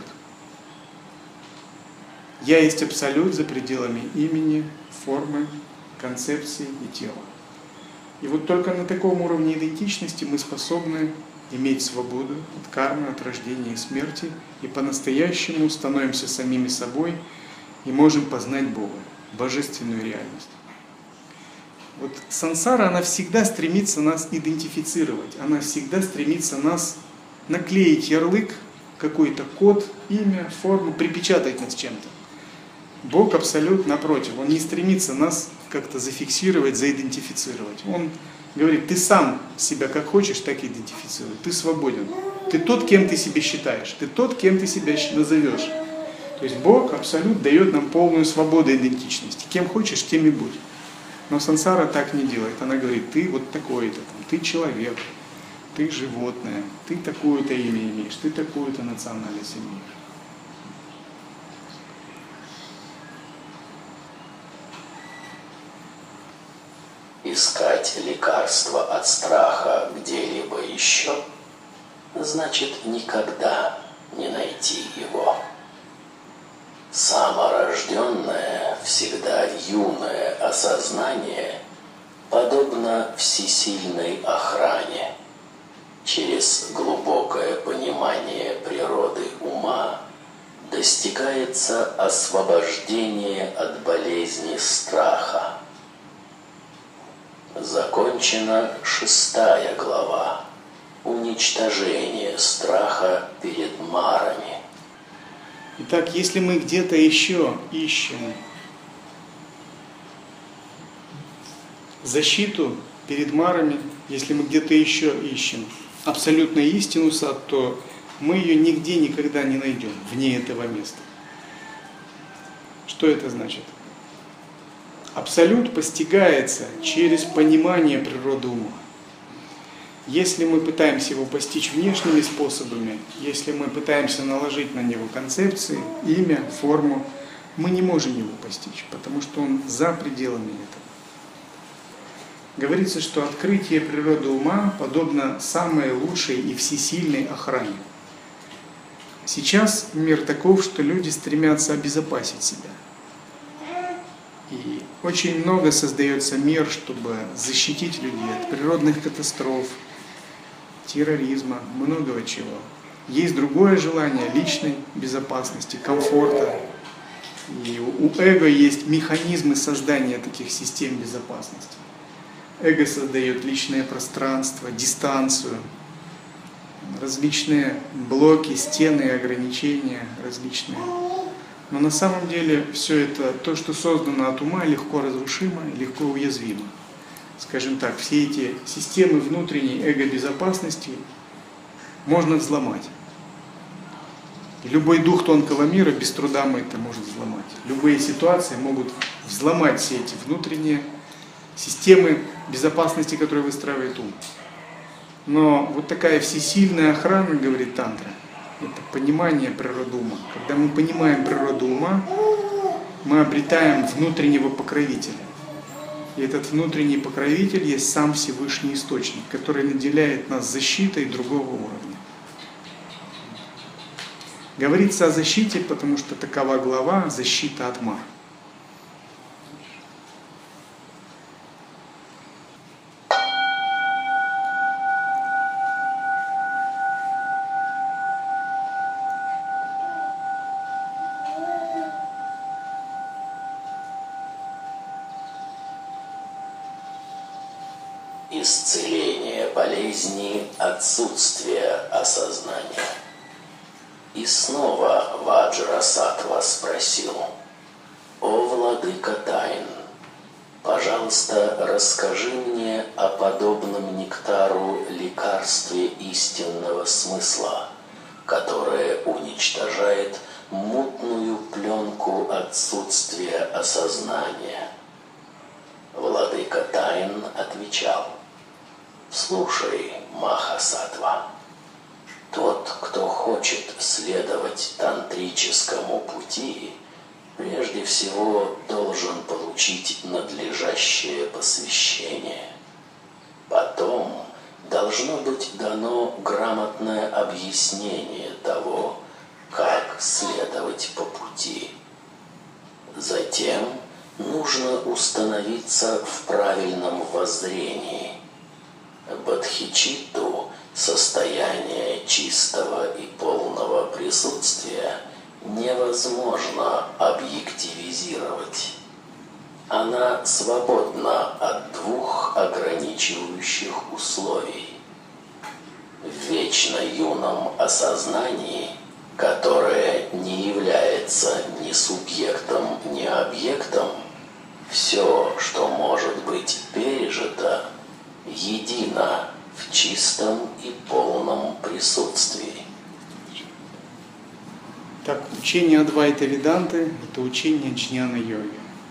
Я есть Абсолют за пределами имени, формы, концепции и тела. И вот только на таком уровне идентичности мы способны иметь свободу от кармы, от рождения и смерти, и по-настоящему становимся самими собой и можем познать Бога, божественную реальность. Вот сансара, она всегда стремится нас идентифицировать, она всегда стремится нас наклеить ярлык, какой-то код, имя, форму, припечатать нас чем-то. Бог абсолютно напротив, Он не стремится нас как-то зафиксировать, заидентифицировать. Он говорит, ты сам себя как хочешь, так и идентифицируй, ты свободен. Ты тот, кем ты себя считаешь, ты тот, кем ты себя назовешь. То есть Бог абсолютно дает нам полную свободу идентичности. Кем хочешь, тем и будь. Но сансара так не делает. Она говорит, ты вот такой-то, ты человек, ты животное, ты такое-то имя имеешь, ты такую-то национальность имеешь. Искать лекарство от страха где-либо еще, значит никогда не найти его. Саморожденное, всегда юное осознание подобно всесильной охране. Через глубокое понимание природы ума достигается освобождение от болезни страха. Закончена 6 глава. Уничтожение страха перед марами. Итак, если мы где-то еще ищем защиту перед марами, если мы где-то еще ищем абсолютную истину сад, то мы ее нигде никогда не найдем вне этого места. Что это значит? Абсолют постигается через понимание природы ума. Если мы пытаемся его постичь внешними способами, если мы пытаемся наложить на него концепции, имя, форму, мы не можем его постичь, потому что он за пределами этого. Говорится, что открытие природы ума подобно самой лучшей и всесильной охране. Сейчас мир таков, что люди стремятся обезопасить себя. И очень много создается мер, чтобы защитить людей от природных катастроф, терроризма, многого чего. Есть другое желание личной безопасности, комфорта. И у эго есть механизмы создания таких систем безопасности. Эго создает личное пространство, дистанцию, различные блоки, стены, ограничения различные. Но на самом деле все это, то, что создано от ума, легко разрушимо, легко уязвимо. Скажем так, все эти системы внутренней эго-безопасности можно взломать. И любой дух тонкого мира без труда мы это может взломать. Любые ситуации могут взломать все эти внутренние системы безопасности, которые выстраивает ум. Но вот такая всесильная охрана, говорит тантра, это понимание природы ума. Когда мы понимаем природу ума, мы обретаем внутреннего покровителя. И этот внутренний покровитель есть сам Всевышний Источник, который наделяет нас защитой другого уровня. Говорится о защите, потому что такова глава «Защита от мар». Исцеление болезни отсутствия осознания. И снова Ваджрасаттва спросил: «О владыка тайн, пожалуйста, расскажи мне о подобном нектару лекарстве истинного смысла, которое уничтожает мутную пленку отсутствия осознания». Владыка тайн отвечал: «Слушай, Махасаттва, тот, кто хочет следовать тантрическому пути, прежде всего должен получить надлежащее посвящение. Потом должно быть дано грамотное объяснение того, как следовать по пути. Затем нужно установиться в правильном воззрении. Бодхичитту, состояние чистого и полного присутствия, невозможно объективизировать. Она свободна от двух ограничивающих условий. В вечно юном осознании, которое не является ни субъектом, ни объектом, все, что может быть пережито, едино в чистом и полном присутствии. Так, учение Адвайта Веданты – это учение джняна-йоги.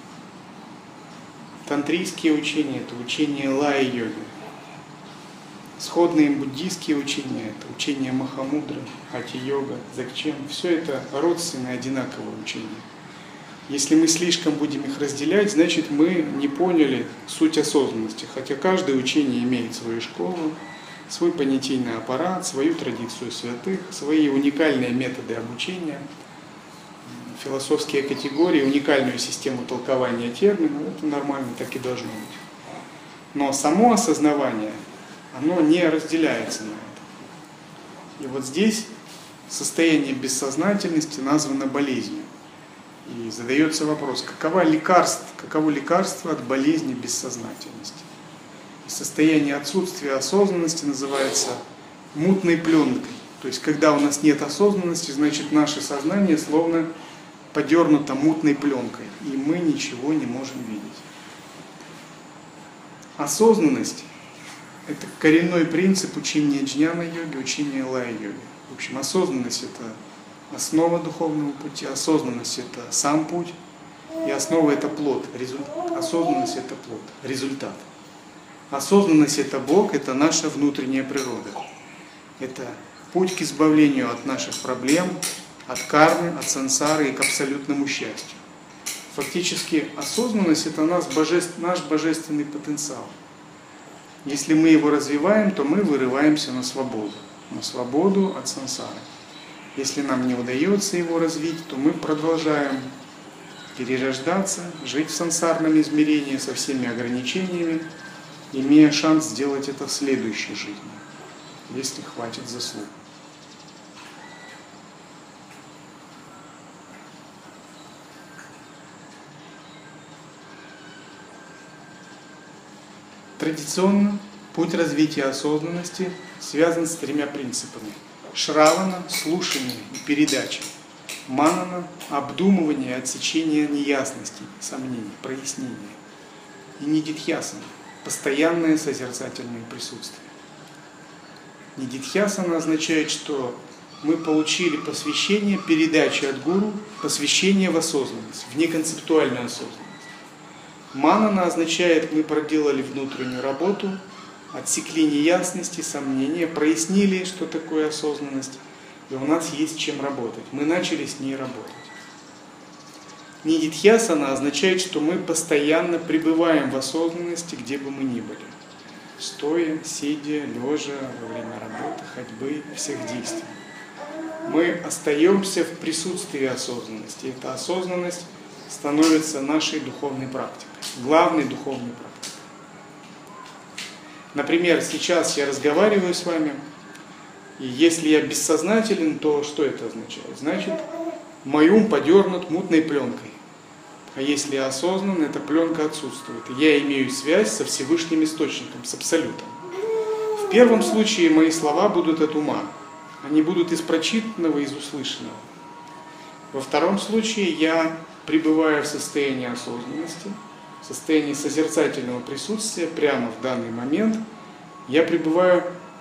Тантрийские учения – это учение лая-йоги. Сходные буддийские учения – это учение Махамудры, Хати-йога, Дзогчен. Все это родственные, одинаковые учения. Если мы слишком будем их разделять, значит мы не поняли суть осознанности. Хотя каждое учение имеет свою школу, свой понятийный аппарат, свою традицию святых, свои уникальные методы обучения, философские категории, уникальную систему толкования терминов. Это нормально, так и должно быть. Но само осознавание, оно не разделяется на это. И вот здесь состояние бессознательности названо болезнью. И задается вопрос, каково лекарство от болезни бессознательности? И состояние отсутствия осознанности называется мутной пленкой. То есть, когда у нас нет осознанности, значит, наше сознание словно подернуто мутной пленкой, и мы ничего не можем видеть. Осознанность – это коренной принцип учения джняна-йоги, учения лая-йоги. В общем, осознанность – это основа духовного пути, осознанность – это сам путь, и основа – это плод, осознанность – это плод, результат. Осознанность – это Бог, это наша внутренняя природа. Это путь к избавлению от наших проблем, от кармы, от сансары и к абсолютному счастью. Фактически осознанность – это наш божественный потенциал. Если мы его развиваем, то мы вырываемся на свободу от сансары. Если нам не удается его развить, то мы продолжаем перерождаться, жить в сансарном измерении со всеми ограничениями, имея шанс сделать это в следующей жизни, если хватит заслуг. Традиционно путь развития осознанности связан с тремя принципами. Шравана – слушание и передача. Манана – обдумывание, отсечение неясностей, сомнений, прояснения. И нидидхьясана – постоянное созерцательное присутствие. Нидидхьясана означает, что мы получили посвящение, передачу от гуру, посвящение в осознанность, в неконцептуальную осознанность. Манана означает, мы проделали внутреннюю работу, отсекли неясности, сомнения, прояснили, что такое осознанность, и у нас есть чем работать. Мы начали с ней работать. Нидидхьясана означает, что мы постоянно пребываем в осознанности, где бы мы ни были. Стоя, сидя, лежа, во время работы, ходьбы, всех действий. Мы остаемся в присутствии осознанности. Эта осознанность становится нашей духовной практикой, главной духовной практикой. Например, сейчас я разговариваю с вами, и если я бессознателен, то что это означает? Значит, мой ум подернут мутной пленкой. А если я осознан, эта пленка отсутствует. И я имею связь со Всевышним Источником, с Абсолютом. В первом случае мои слова будут от ума. Они будут из прочитанного, из услышанного. Во втором случае я пребываю в состоянии осознанности, в состоянии созерцательного присутствия прямо в данный момент. Я пребываю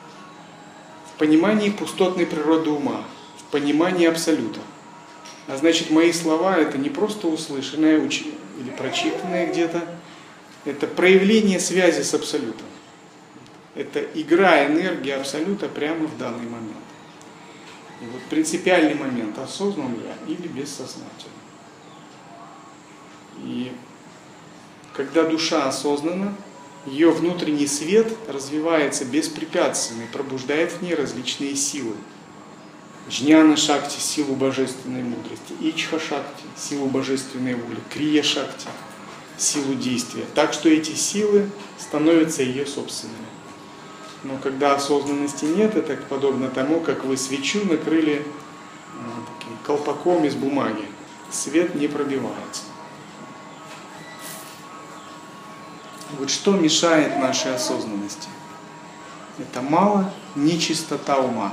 в понимании пустотной природы ума, в понимании Абсолюта. А значит, мои слова – это не просто услышанное или прочитанное где-то, это проявление связи с Абсолютом. Это игра энергии Абсолюта прямо в данный момент. И вот принципиальный момент – осознан я или бессознательно. И когда душа осознана, ее внутренний свет развивается беспрепятственно и пробуждает в ней различные силы. Джняна-шакти – силу божественной мудрости, ичха-шакти – силу божественной воли, крия-шакти – силу действия. Так что эти силы становятся ее собственными. Но когда осознанности нет, это подобно тому, как вы свечу накрыли таким колпаком из бумаги. Свет не пробивается. Вот что мешает нашей осознанности? Это мало нечистота ума.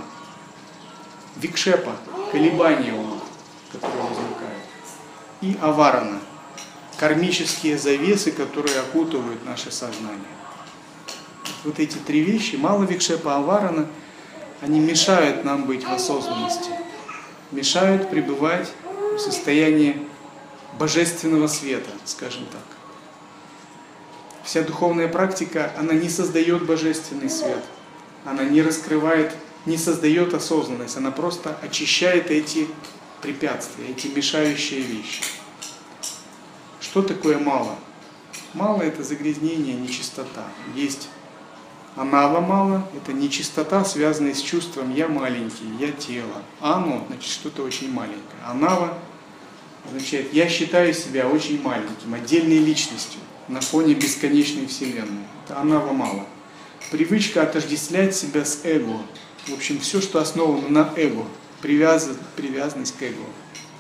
Викшепа, колебания ума, которые возникают. И аварана, кармические завесы, которые окутывают наше сознание. Вот эти три вещи, мало викшепа, аварана, они мешают нам быть в осознанности. Мешают пребывать в состоянии божественного света, скажем так. Вся духовная практика, она не создает божественный свет. Она не раскрывает, не создает осознанность. Она просто очищает эти препятствия, эти мешающие вещи. Что такое мало? Мало – это загрязнение, нечистота. Есть анава мало – это нечистота, связанная с чувством «я маленький», «я тело». Ану – значит что-то очень маленькое. Анава означает «я считаю себя очень маленьким, отдельной личностью на фоне бесконечной вселенной». Это анава мало. Привычка отождествлять себя с эго. В общем, все, что основано на эго. Привязанность к эго.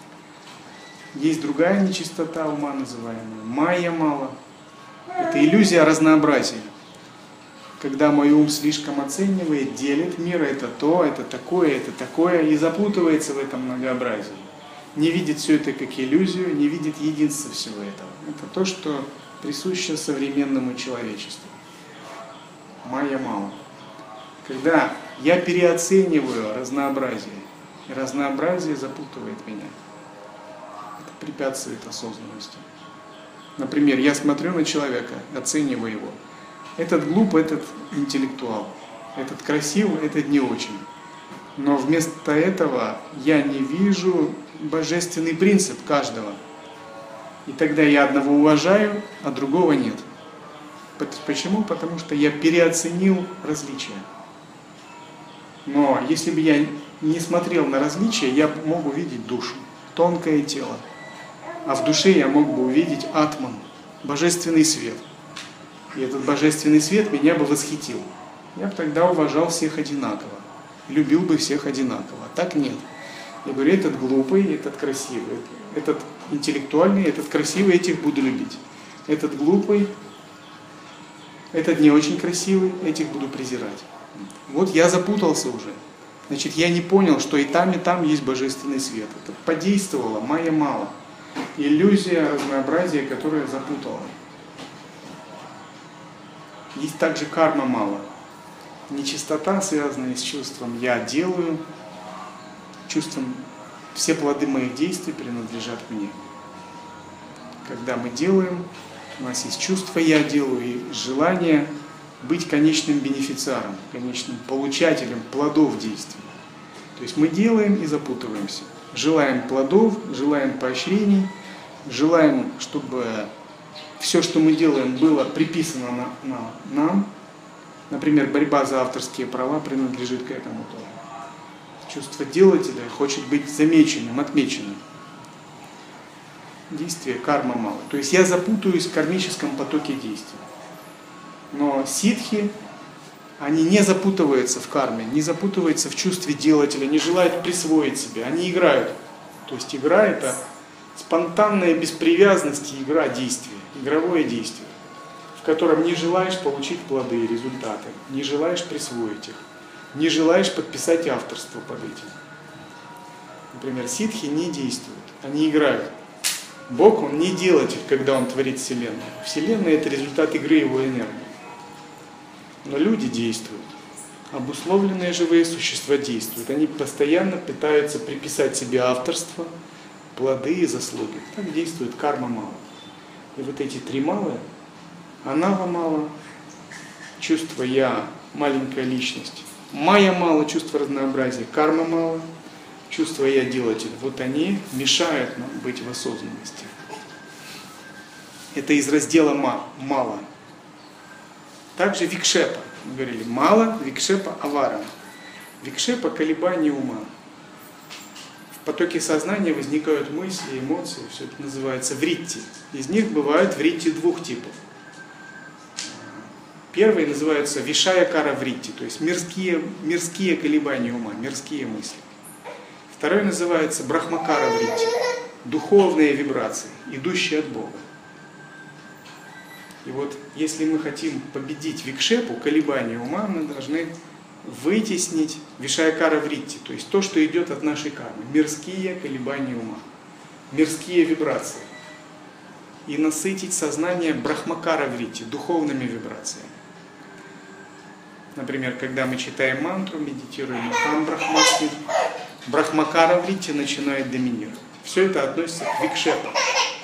Есть другая нечистота ума, называемая майя мало. Это иллюзия разнообразия. Когда мой ум слишком оценивает, делит мир, это то, это такое, и запутывается в этом многообразии. Не видит все это как иллюзию, не видит единства всего этого. Это то, что присуще современному человечеству. Майя мало. Когда я переоцениваю разнообразие, и разнообразие запутывает меня, это препятствует осознанности. Например, я смотрю на человека, оцениваю его. Этот глуп, этот интеллектуал. Этот красивый, этот не очень. Но вместо этого я не вижу божественный принцип каждого. И тогда я одного уважаю, а другого нет. Почему? Потому что я переоценил различия. Но если бы я не смотрел на различия, я мог увидеть душу, тонкое тело. А в душе я мог бы увидеть атман, божественный свет. И этот божественный свет меня бы восхитил. Я бы тогда уважал всех одинаково, любил бы всех одинаково. А так нет. Я говорю, этот глупый, этот красивый, этот интеллектуальный, этот красивый, этих буду любить. Этот глупый, этот не очень красивый, этих буду презирать. Вот я запутался уже. Значит, я не понял, что и там есть божественный свет. Это подействовало, майя мало. Иллюзия разнообразия, которая запутала. Есть также карма мало. Нечистота, связанная с чувством «я делаю», чувством «все плоды моих действий принадлежат мне». Когда мы делаем, у нас есть чувство «я делаю» и желание быть конечным бенефициаром, конечным получателем плодов действий. То есть мы делаем и запутываемся. Желаем плодов, желаем поощрений, желаем, чтобы все, что мы делаем, было приписано нам. Например, борьба за авторские права принадлежит к этому тоже. Чувство делателя хочет быть замеченным, отмеченным. Действия карма мало. То есть я запутаюсь в кармическом потоке действий. Но ситхи, они не запутываются в карме, не запутываются в чувстве делателя, не желают присвоить себе, они играют. То есть игра – это спонтанная без привязанности игра действия, игровое действие, в котором не желаешь получить плоды и результаты, не желаешь присвоить их, не желаешь подписать авторство под этим. Например, ситхи не действуют, они играют. Бог, Он не делатель, когда Он творит Вселенную. Вселенная – это результат игры Его энергии. Но люди действуют. Обусловленные живые существа действуют. Они постоянно пытаются приписать себе авторство, плоды и заслуги. Так действует карма мало. И вот эти три малые, анава мало, чувство «я» – маленькая личность, майя мало, чувство разнообразия, карма мало, чувство «я» – делатель. Вот они мешают нам быть в осознанности. Это из раздела «мало». Также викшепа. Мы говорили, мало, викшепа, авара. Викшепа – колебания ума. В потоке сознания возникают мысли, эмоции, все это называется вритти. Из них бывают вритти двух типов. Первый называется вишая-кара вритти, то есть мирские колебания ума, мирские мысли. Второй называется брахмакара вритти, духовные вибрации, идущие от Бога. И вот если мы хотим победить викшепу, колебания ума, мы должны вытеснить вишаякара вритти, то есть то, что идет от нашей кармы, мирские колебания ума, мирские вибрации, и насытить сознание брахмакара вритти, духовными вибрациями. Например, когда мы читаем мантру, медитируем Ахам Брахмасми, брахмакара вритти начинает доминировать. Все это относится к викшепам.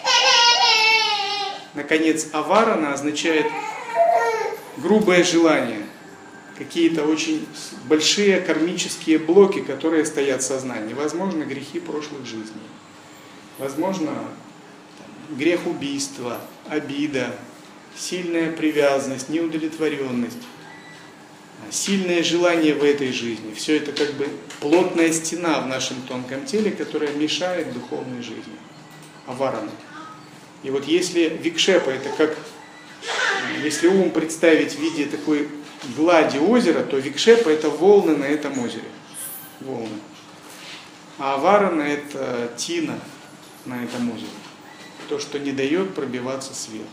Наконец, аварана означает грубое желание, какие-то очень большие кармические блоки, которые стоят в сознании. Возможно, грехи прошлых жизней. Возможно, грех убийства, обида, сильная привязанность, неудовлетворенность, сильное желание в этой жизни. Все это как бы плотная стена в нашем тонком теле, которая мешает духовной жизни. Аварана. И вот если викшепа, это как, если ум представить в виде такой глади озера, то викшепа это волны на этом озере. Волны. А аварана это тина на этом озере. То, что не дает пробиваться свету.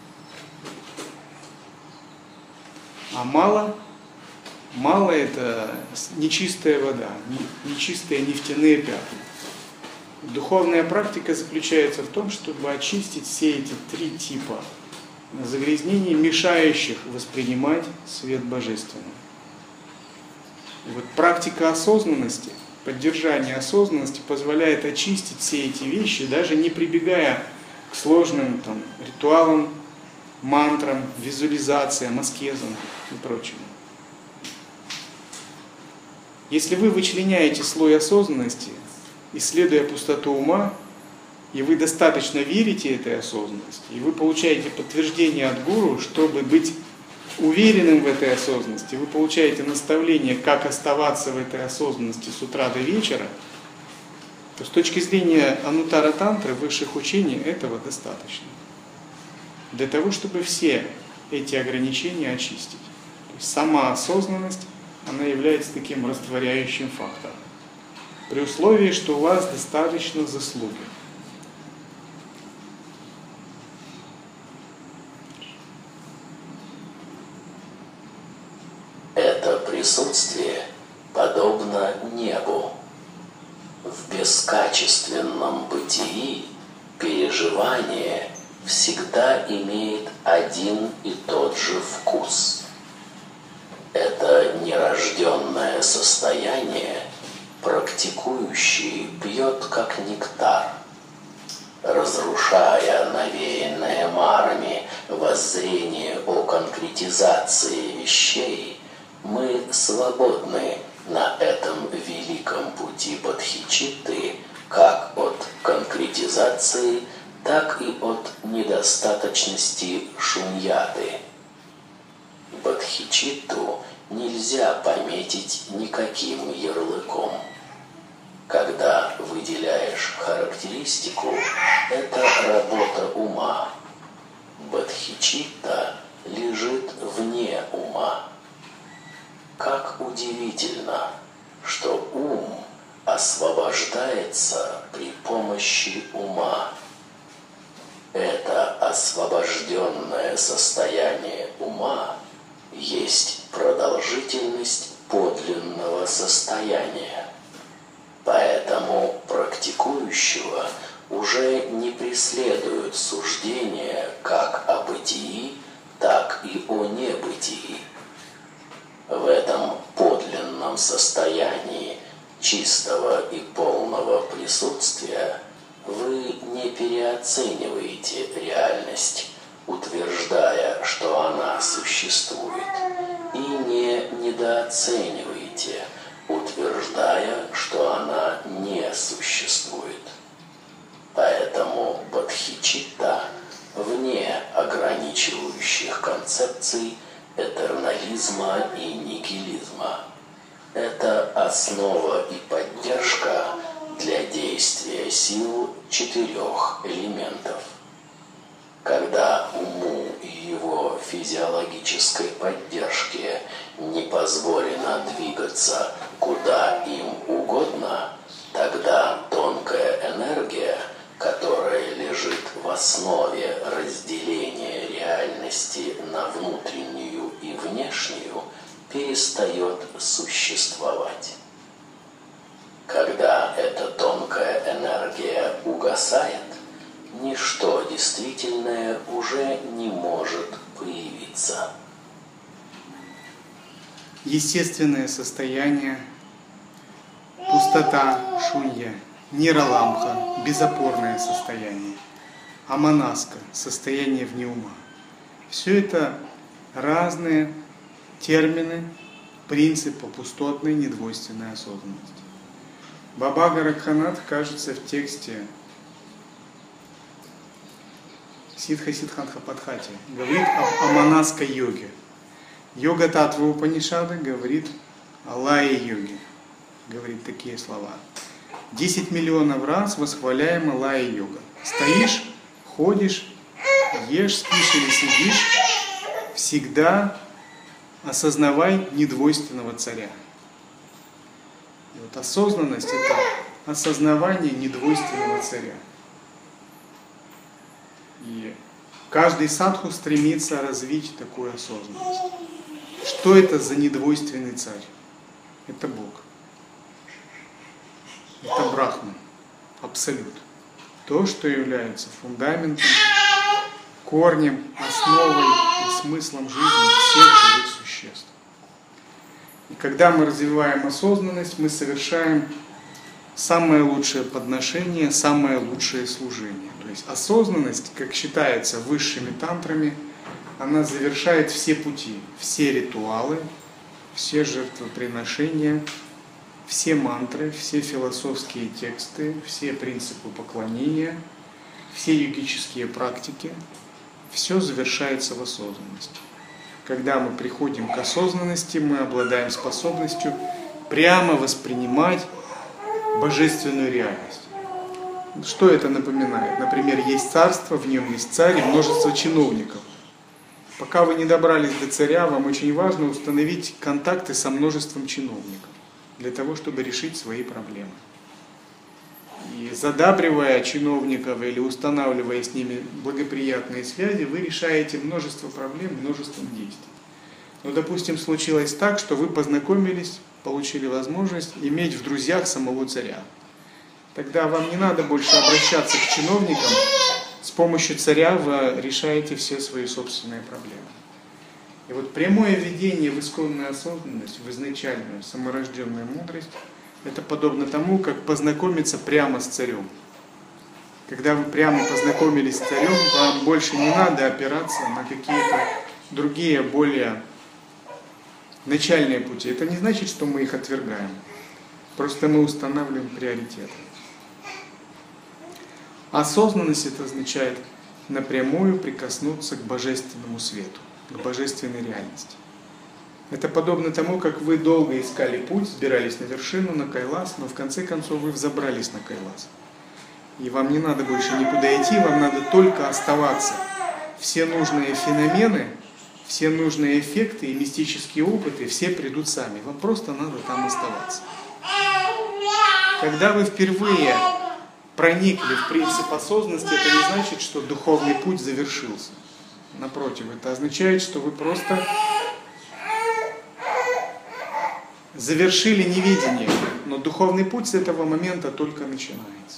А мало это нечистая вода, нечистые нефтяные пятна. Духовная практика заключается в том, чтобы очистить все эти три типа загрязнений, мешающих воспринимать свет божественный. И вот практика осознанности, поддержание осознанности позволяет очистить все эти вещи, даже не прибегая к сложным ритуалам, мантрам, визуализациям, аскезам и прочему. Если вы вычленяете слой осознанности, исследуя пустоту ума, и вы достаточно верите этой осознанности, и вы получаете подтверждение от гуру, чтобы быть уверенным в этой осознанности, вы получаете наставление, как оставаться в этой осознанности с утра до вечера, то с точки зрения анутара тантры, высших учений, этого достаточно. Для того, чтобы все эти ограничения очистить. То есть сама осознанность, она является таким растворяющим фактором. При условии, что у вас достаточно заслуги. Это присутствие подобно небу. В бескачественном бытии переживание всегда имеет один и тот же вкус. Это нерожденное состояние практикующий пьет как нектар, разрушая навеянное марами воззрение о конкретизации вещей. Мы свободны на этом великом пути бодхичитты как от конкретизации, так и от недостаточности шуньяты. Бодхичитту нельзя пометить никаким ярлыком. Когда выделяешь характеристику, это работа ума. Бодхичитта лежит вне ума. Как удивительно, что ум освобождается при помощи ума. Это освобожденное состояние ума есть продолжительность подлинного состояния. Поэтому практикующего уже не преследуют суждения как о бытии, так и о небытии. В этом подлинном состоянии чистого и полного присутствия вы не переоцениваете реальность, утверждая, что она существует, и не недооцениваете, утверждая, что она не существует. Поэтому бодхичитта вне ограничивающих концепций этернализма и нигилизма. Это основа и поддержка для действия сил 4 элементов. Когда уму и его физиологической поддержке не позволено двигаться куда им угодно, тогда тонкая энергия, которая лежит в основе разделения реальности существовать. Когда эта тонкая энергия угасает, ничто действительное уже не может появиться. Естественное состояние, пустота, шунья, нираламха, безопорное состояние, аманаска, состояние вне ума. Все это разные термины принципа пустотной недвойственной осознанности. Баба Горакханат, кажется, в тексте Сидха Сиддхантха Падхати говорит об аманаской йоге. Йога Татва Упанишады говорит о лае-йоге. Говорит такие слова. 10 миллионов раз восхваляема лая-йога. Стоишь, ходишь, ешь, спишь или сидишь, всегда осознавай недвойственного царя. И вот осознанность — это осознавание недвойственного царя. И каждый садху стремится развить такую осознанность. Что это за недвойственный царь? Это Бог. Это Брахман. Абсолют. То, что является фундаментом, корнем, основой и смыслом жизни всех живых существ. И когда мы развиваем осознанность, мы совершаем самое лучшее подношение, самое лучшее служение. То есть осознанность, как считается высшими тантрами, она завершает все пути, все ритуалы, все жертвоприношения, все мантры, все философские тексты, все принципы поклонения, все йогические практики. Все завершается в осознанности. Когда мы приходим к осознанности, мы обладаем способностью прямо воспринимать божественную реальность. Что это напоминает? Например, есть царство, в нем есть царь и множество чиновников. Пока вы не добрались до царя, вам очень важно установить контакты со множеством чиновников для того, чтобы решить свои проблемы. И задабривая чиновников или устанавливая с ними благоприятные связи, вы решаете множество проблем множеством действий. Но, допустим, случилось так, что вы познакомились, получили возможность иметь в друзьях самого царя. Тогда вам не надо больше обращаться к чиновникам, с помощью царя вы решаете все свои собственные проблемы. И вот прямое введение в исконную осознанность, в изначальную саморожденную мудрость, это подобно тому, как познакомиться прямо с царем. Когда вы прямо познакомились с царем, вам больше не надо опираться на какие-то другие, более начальные пути. Это не значит, что мы их отвергаем. Просто мы устанавливаем приоритеты. Осознанность — это означает напрямую прикоснуться к божественному свету, к божественной реальности. Это подобно тому, как вы долго искали путь, взбирались на вершину, на Кайлас, но в конце концов вы взобрались на Кайлас. И вам не надо больше никуда идти, вам надо только оставаться. Все нужные феномены, все нужные эффекты и мистические опыты, все придут сами. Вам просто надо там оставаться. Когда вы впервые проникли в принцип осознанности, это не значит, что духовный путь завершился. Напротив, это означает, что вы просто завершили неведение, но духовный путь с этого момента только начинается.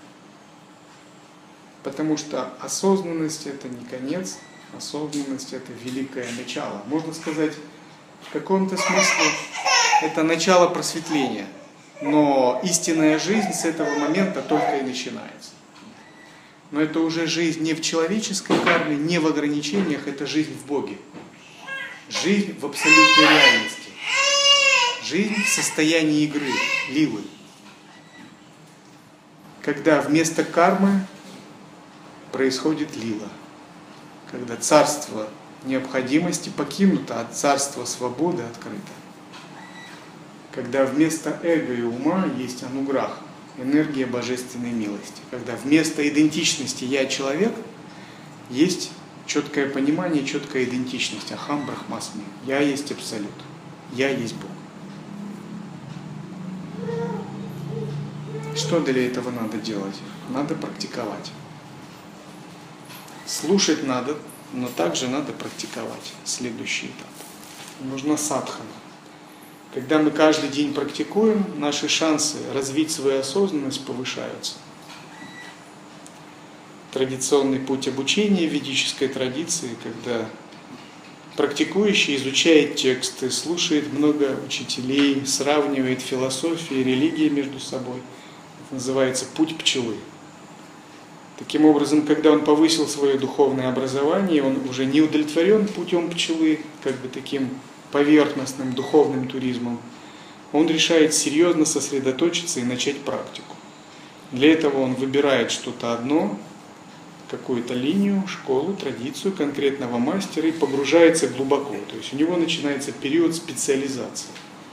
Потому что осознанность — это не конец, осознанность — это великое начало. Можно сказать, в каком-то смысле это начало просветления, но истинная жизнь с этого момента только и начинается. Но это уже жизнь не в человеческой карме, не в ограничениях, это жизнь в Боге. Жизнь в абсолютной реальности. Жизнь в состоянии игры, лилы. Когда вместо кармы происходит лила. Когда царство необходимости покинуто, а царство свободы открыто. Когда вместо эго и ума есть ануграха, энергия божественной милости. Когда вместо идентичности «я человек» есть четкое понимание, четкая идентичность. Ахам брахмасми. Я есть абсолют. Я есть Бог. Что для этого надо делать? Надо практиковать. Слушать надо, но также надо практиковать. Следующий этап. Нужна садхана. Когда мы каждый день практикуем, наши шансы развить свою осознанность повышаются. Традиционный путь обучения в ведической традиции, когда практикующий изучает тексты, слушает много учителей, сравнивает философию и религии между собой. Это называется путь пчелы. Таким образом, когда он повысил свое духовное образование, он уже не удовлетворен путем пчелы, как бы таким поверхностным духовным туризмом, он решает серьезно сосредоточиться и начать практику. Для этого он выбирает что-то одно, какую-то линию, школу, традицию конкретного мастера и погружается глубоко. То есть у него начинается период специализации.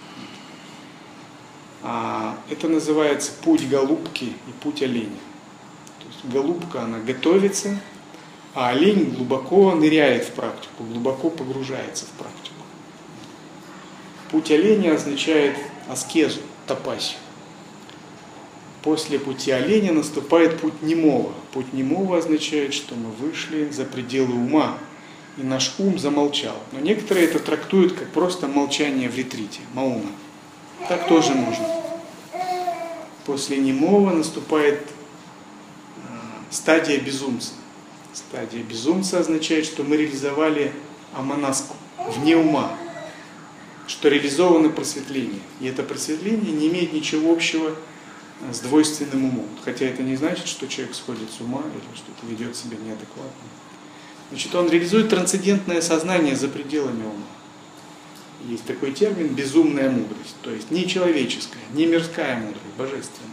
Это называется путь голубки и путь оленя. То есть голубка, она готовится, а олень глубоко ныряет в практику, глубоко погружается в практику. Путь оленя означает аскезу, тапасию. После пути оленя наступает путь немого. Путь немого означает, что мы вышли за пределы ума, и наш ум замолчал. Но некоторые это трактуют как просто молчание в ретрите, мауна. Так тоже можно. После немого наступает стадия безумца. Стадия безумца означает, что мы реализовали аманаску, вне ума, что реализовано просветление. И это просветление не имеет ничего общего с двойственным умом. Хотя это не значит, что человек сходит с ума или что-то ведет себя неадекватно. Значит, он реализует трансцендентное сознание за пределами ума. Есть такой термин «безумная мудрость», то есть не человеческая, не мирская мудрость, божественная.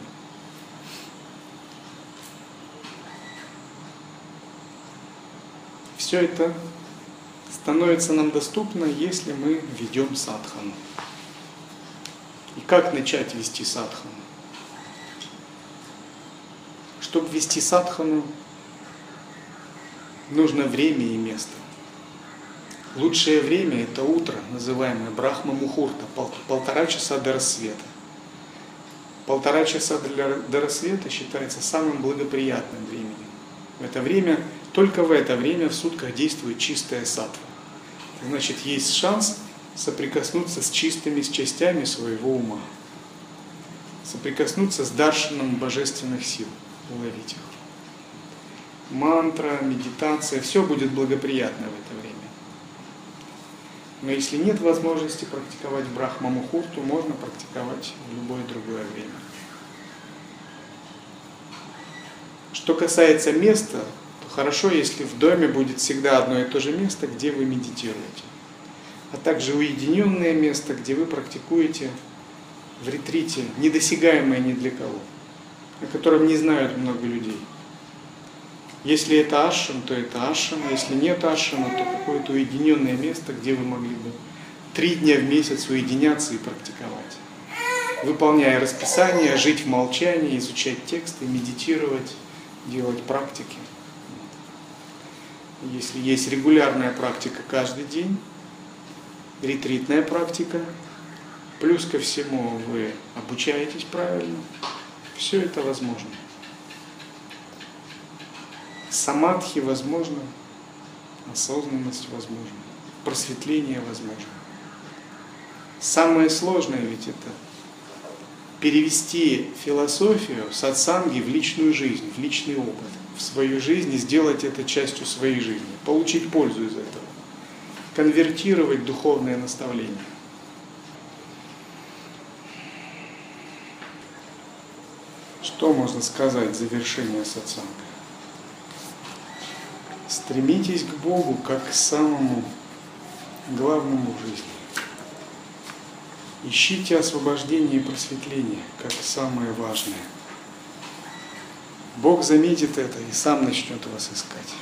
Все это становится нам доступно, если мы ведем садхану. И как начать вести садхану? Чтобы вести садхану, нужно время и место. Лучшее время – это утро, называемое Брахма-мухурта, 1,5 часа до рассвета. 1,5 часа до рассвета считается самым благоприятным временем. В это время, только в это время в сутках действует чистая саттва. Значит, есть шанс соприкоснуться с чистыми частями своего ума. Соприкоснуться с даршином божественных сил, уловить их. Мантра, медитация, все будет благоприятно в это время. Но если нет возможности практиковать Брахма-мухурту, можно практиковать в любое другое время. Что касается места, то хорошо, если в доме будет всегда одно и то же место, где вы медитируете. А также уединенное место, где вы практикуете в ретрите, недосягаемое ни для кого, о котором не знают много людей. Если это ашрам, то это ашрам, если нет ашрама, то какое-то уединенное место, где вы могли бы 3 дня в месяц уединяться и практиковать. Выполняя расписание, жить в молчании, изучать тексты, медитировать, делать практики. Если есть регулярная практика каждый день, ретритная практика, плюс ко всему вы обучаетесь правильно, все это возможно. Самадхи возможно, осознанность возможна, просветление возможно. Самое сложное ведь это перевести философию сатсанги в личную жизнь, в личный опыт, в свою жизнь и сделать это частью своей жизни, получить пользу из этого, конвертировать духовное наставление. Что можно сказать в завершение сатсанга? Стремитесь к Богу как к самому главному в жизни. Ищите освобождение и просветление как самое важное. Бог заметит это и сам начнет вас искать.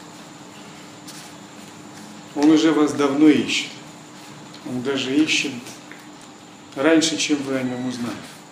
Он уже вас давно ищет. Он даже ищет раньше, чем вы о нем узнали.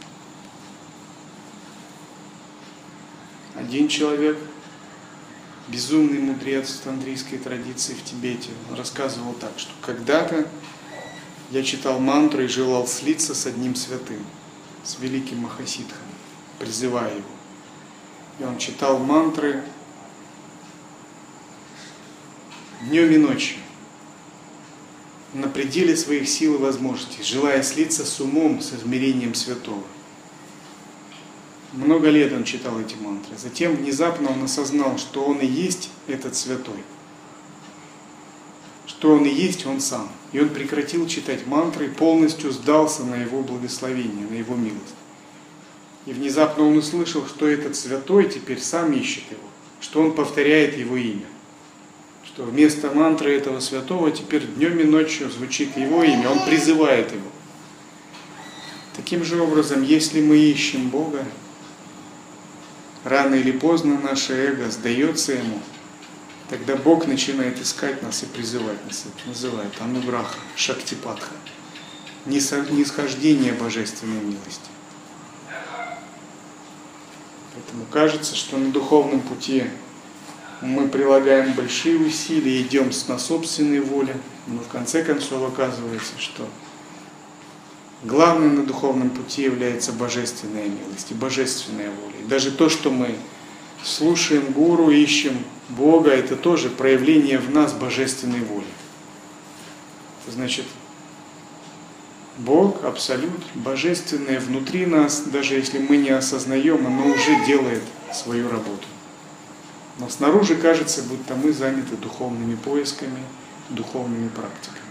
Один человек, безумный мудрец в тантрийской традиции в Тибете, рассказывал так, что когда-то я читал мантру и желал слиться с одним святым, с великим Махасидхом, призывая его. И он читал мантры днем и ночью. на пределе своих сил и возможностей, желая слиться с умом, с измерением святого. Много лет он читал эти мантры. Затем внезапно он осознал, что он и есть этот святой. Что он и есть он сам. И он прекратил читать мантры и полностью сдался на его благословение, на его милость. И внезапно он услышал, что этот святой теперь сам ищет его, что он повторяет его имя. Что вместо мантры этого святого теперь днем и ночью звучит его имя, он призывает его. Таким же образом, если мы ищем Бога, рано или поздно наше эго сдается ему, тогда Бог начинает искать нас и призывать нас. Это называют ануграха, шактипатха, нисхождение божественной милости. Поэтому кажется, что на духовном пути мы прилагаем большие усилия, идем на собственной воле, но в конце концов оказывается, что главным на духовном пути является божественная милость и божественная воля. И даже то, что мы слушаем гуру, ищем Бога, это тоже проявление в нас божественной воли. Это значит, Бог, Абсолют, Божественное внутри нас, даже если мы не осознаем, оно уже делает свою работу. Но снаружи кажется, будто мы заняты духовными поисками, духовными практиками.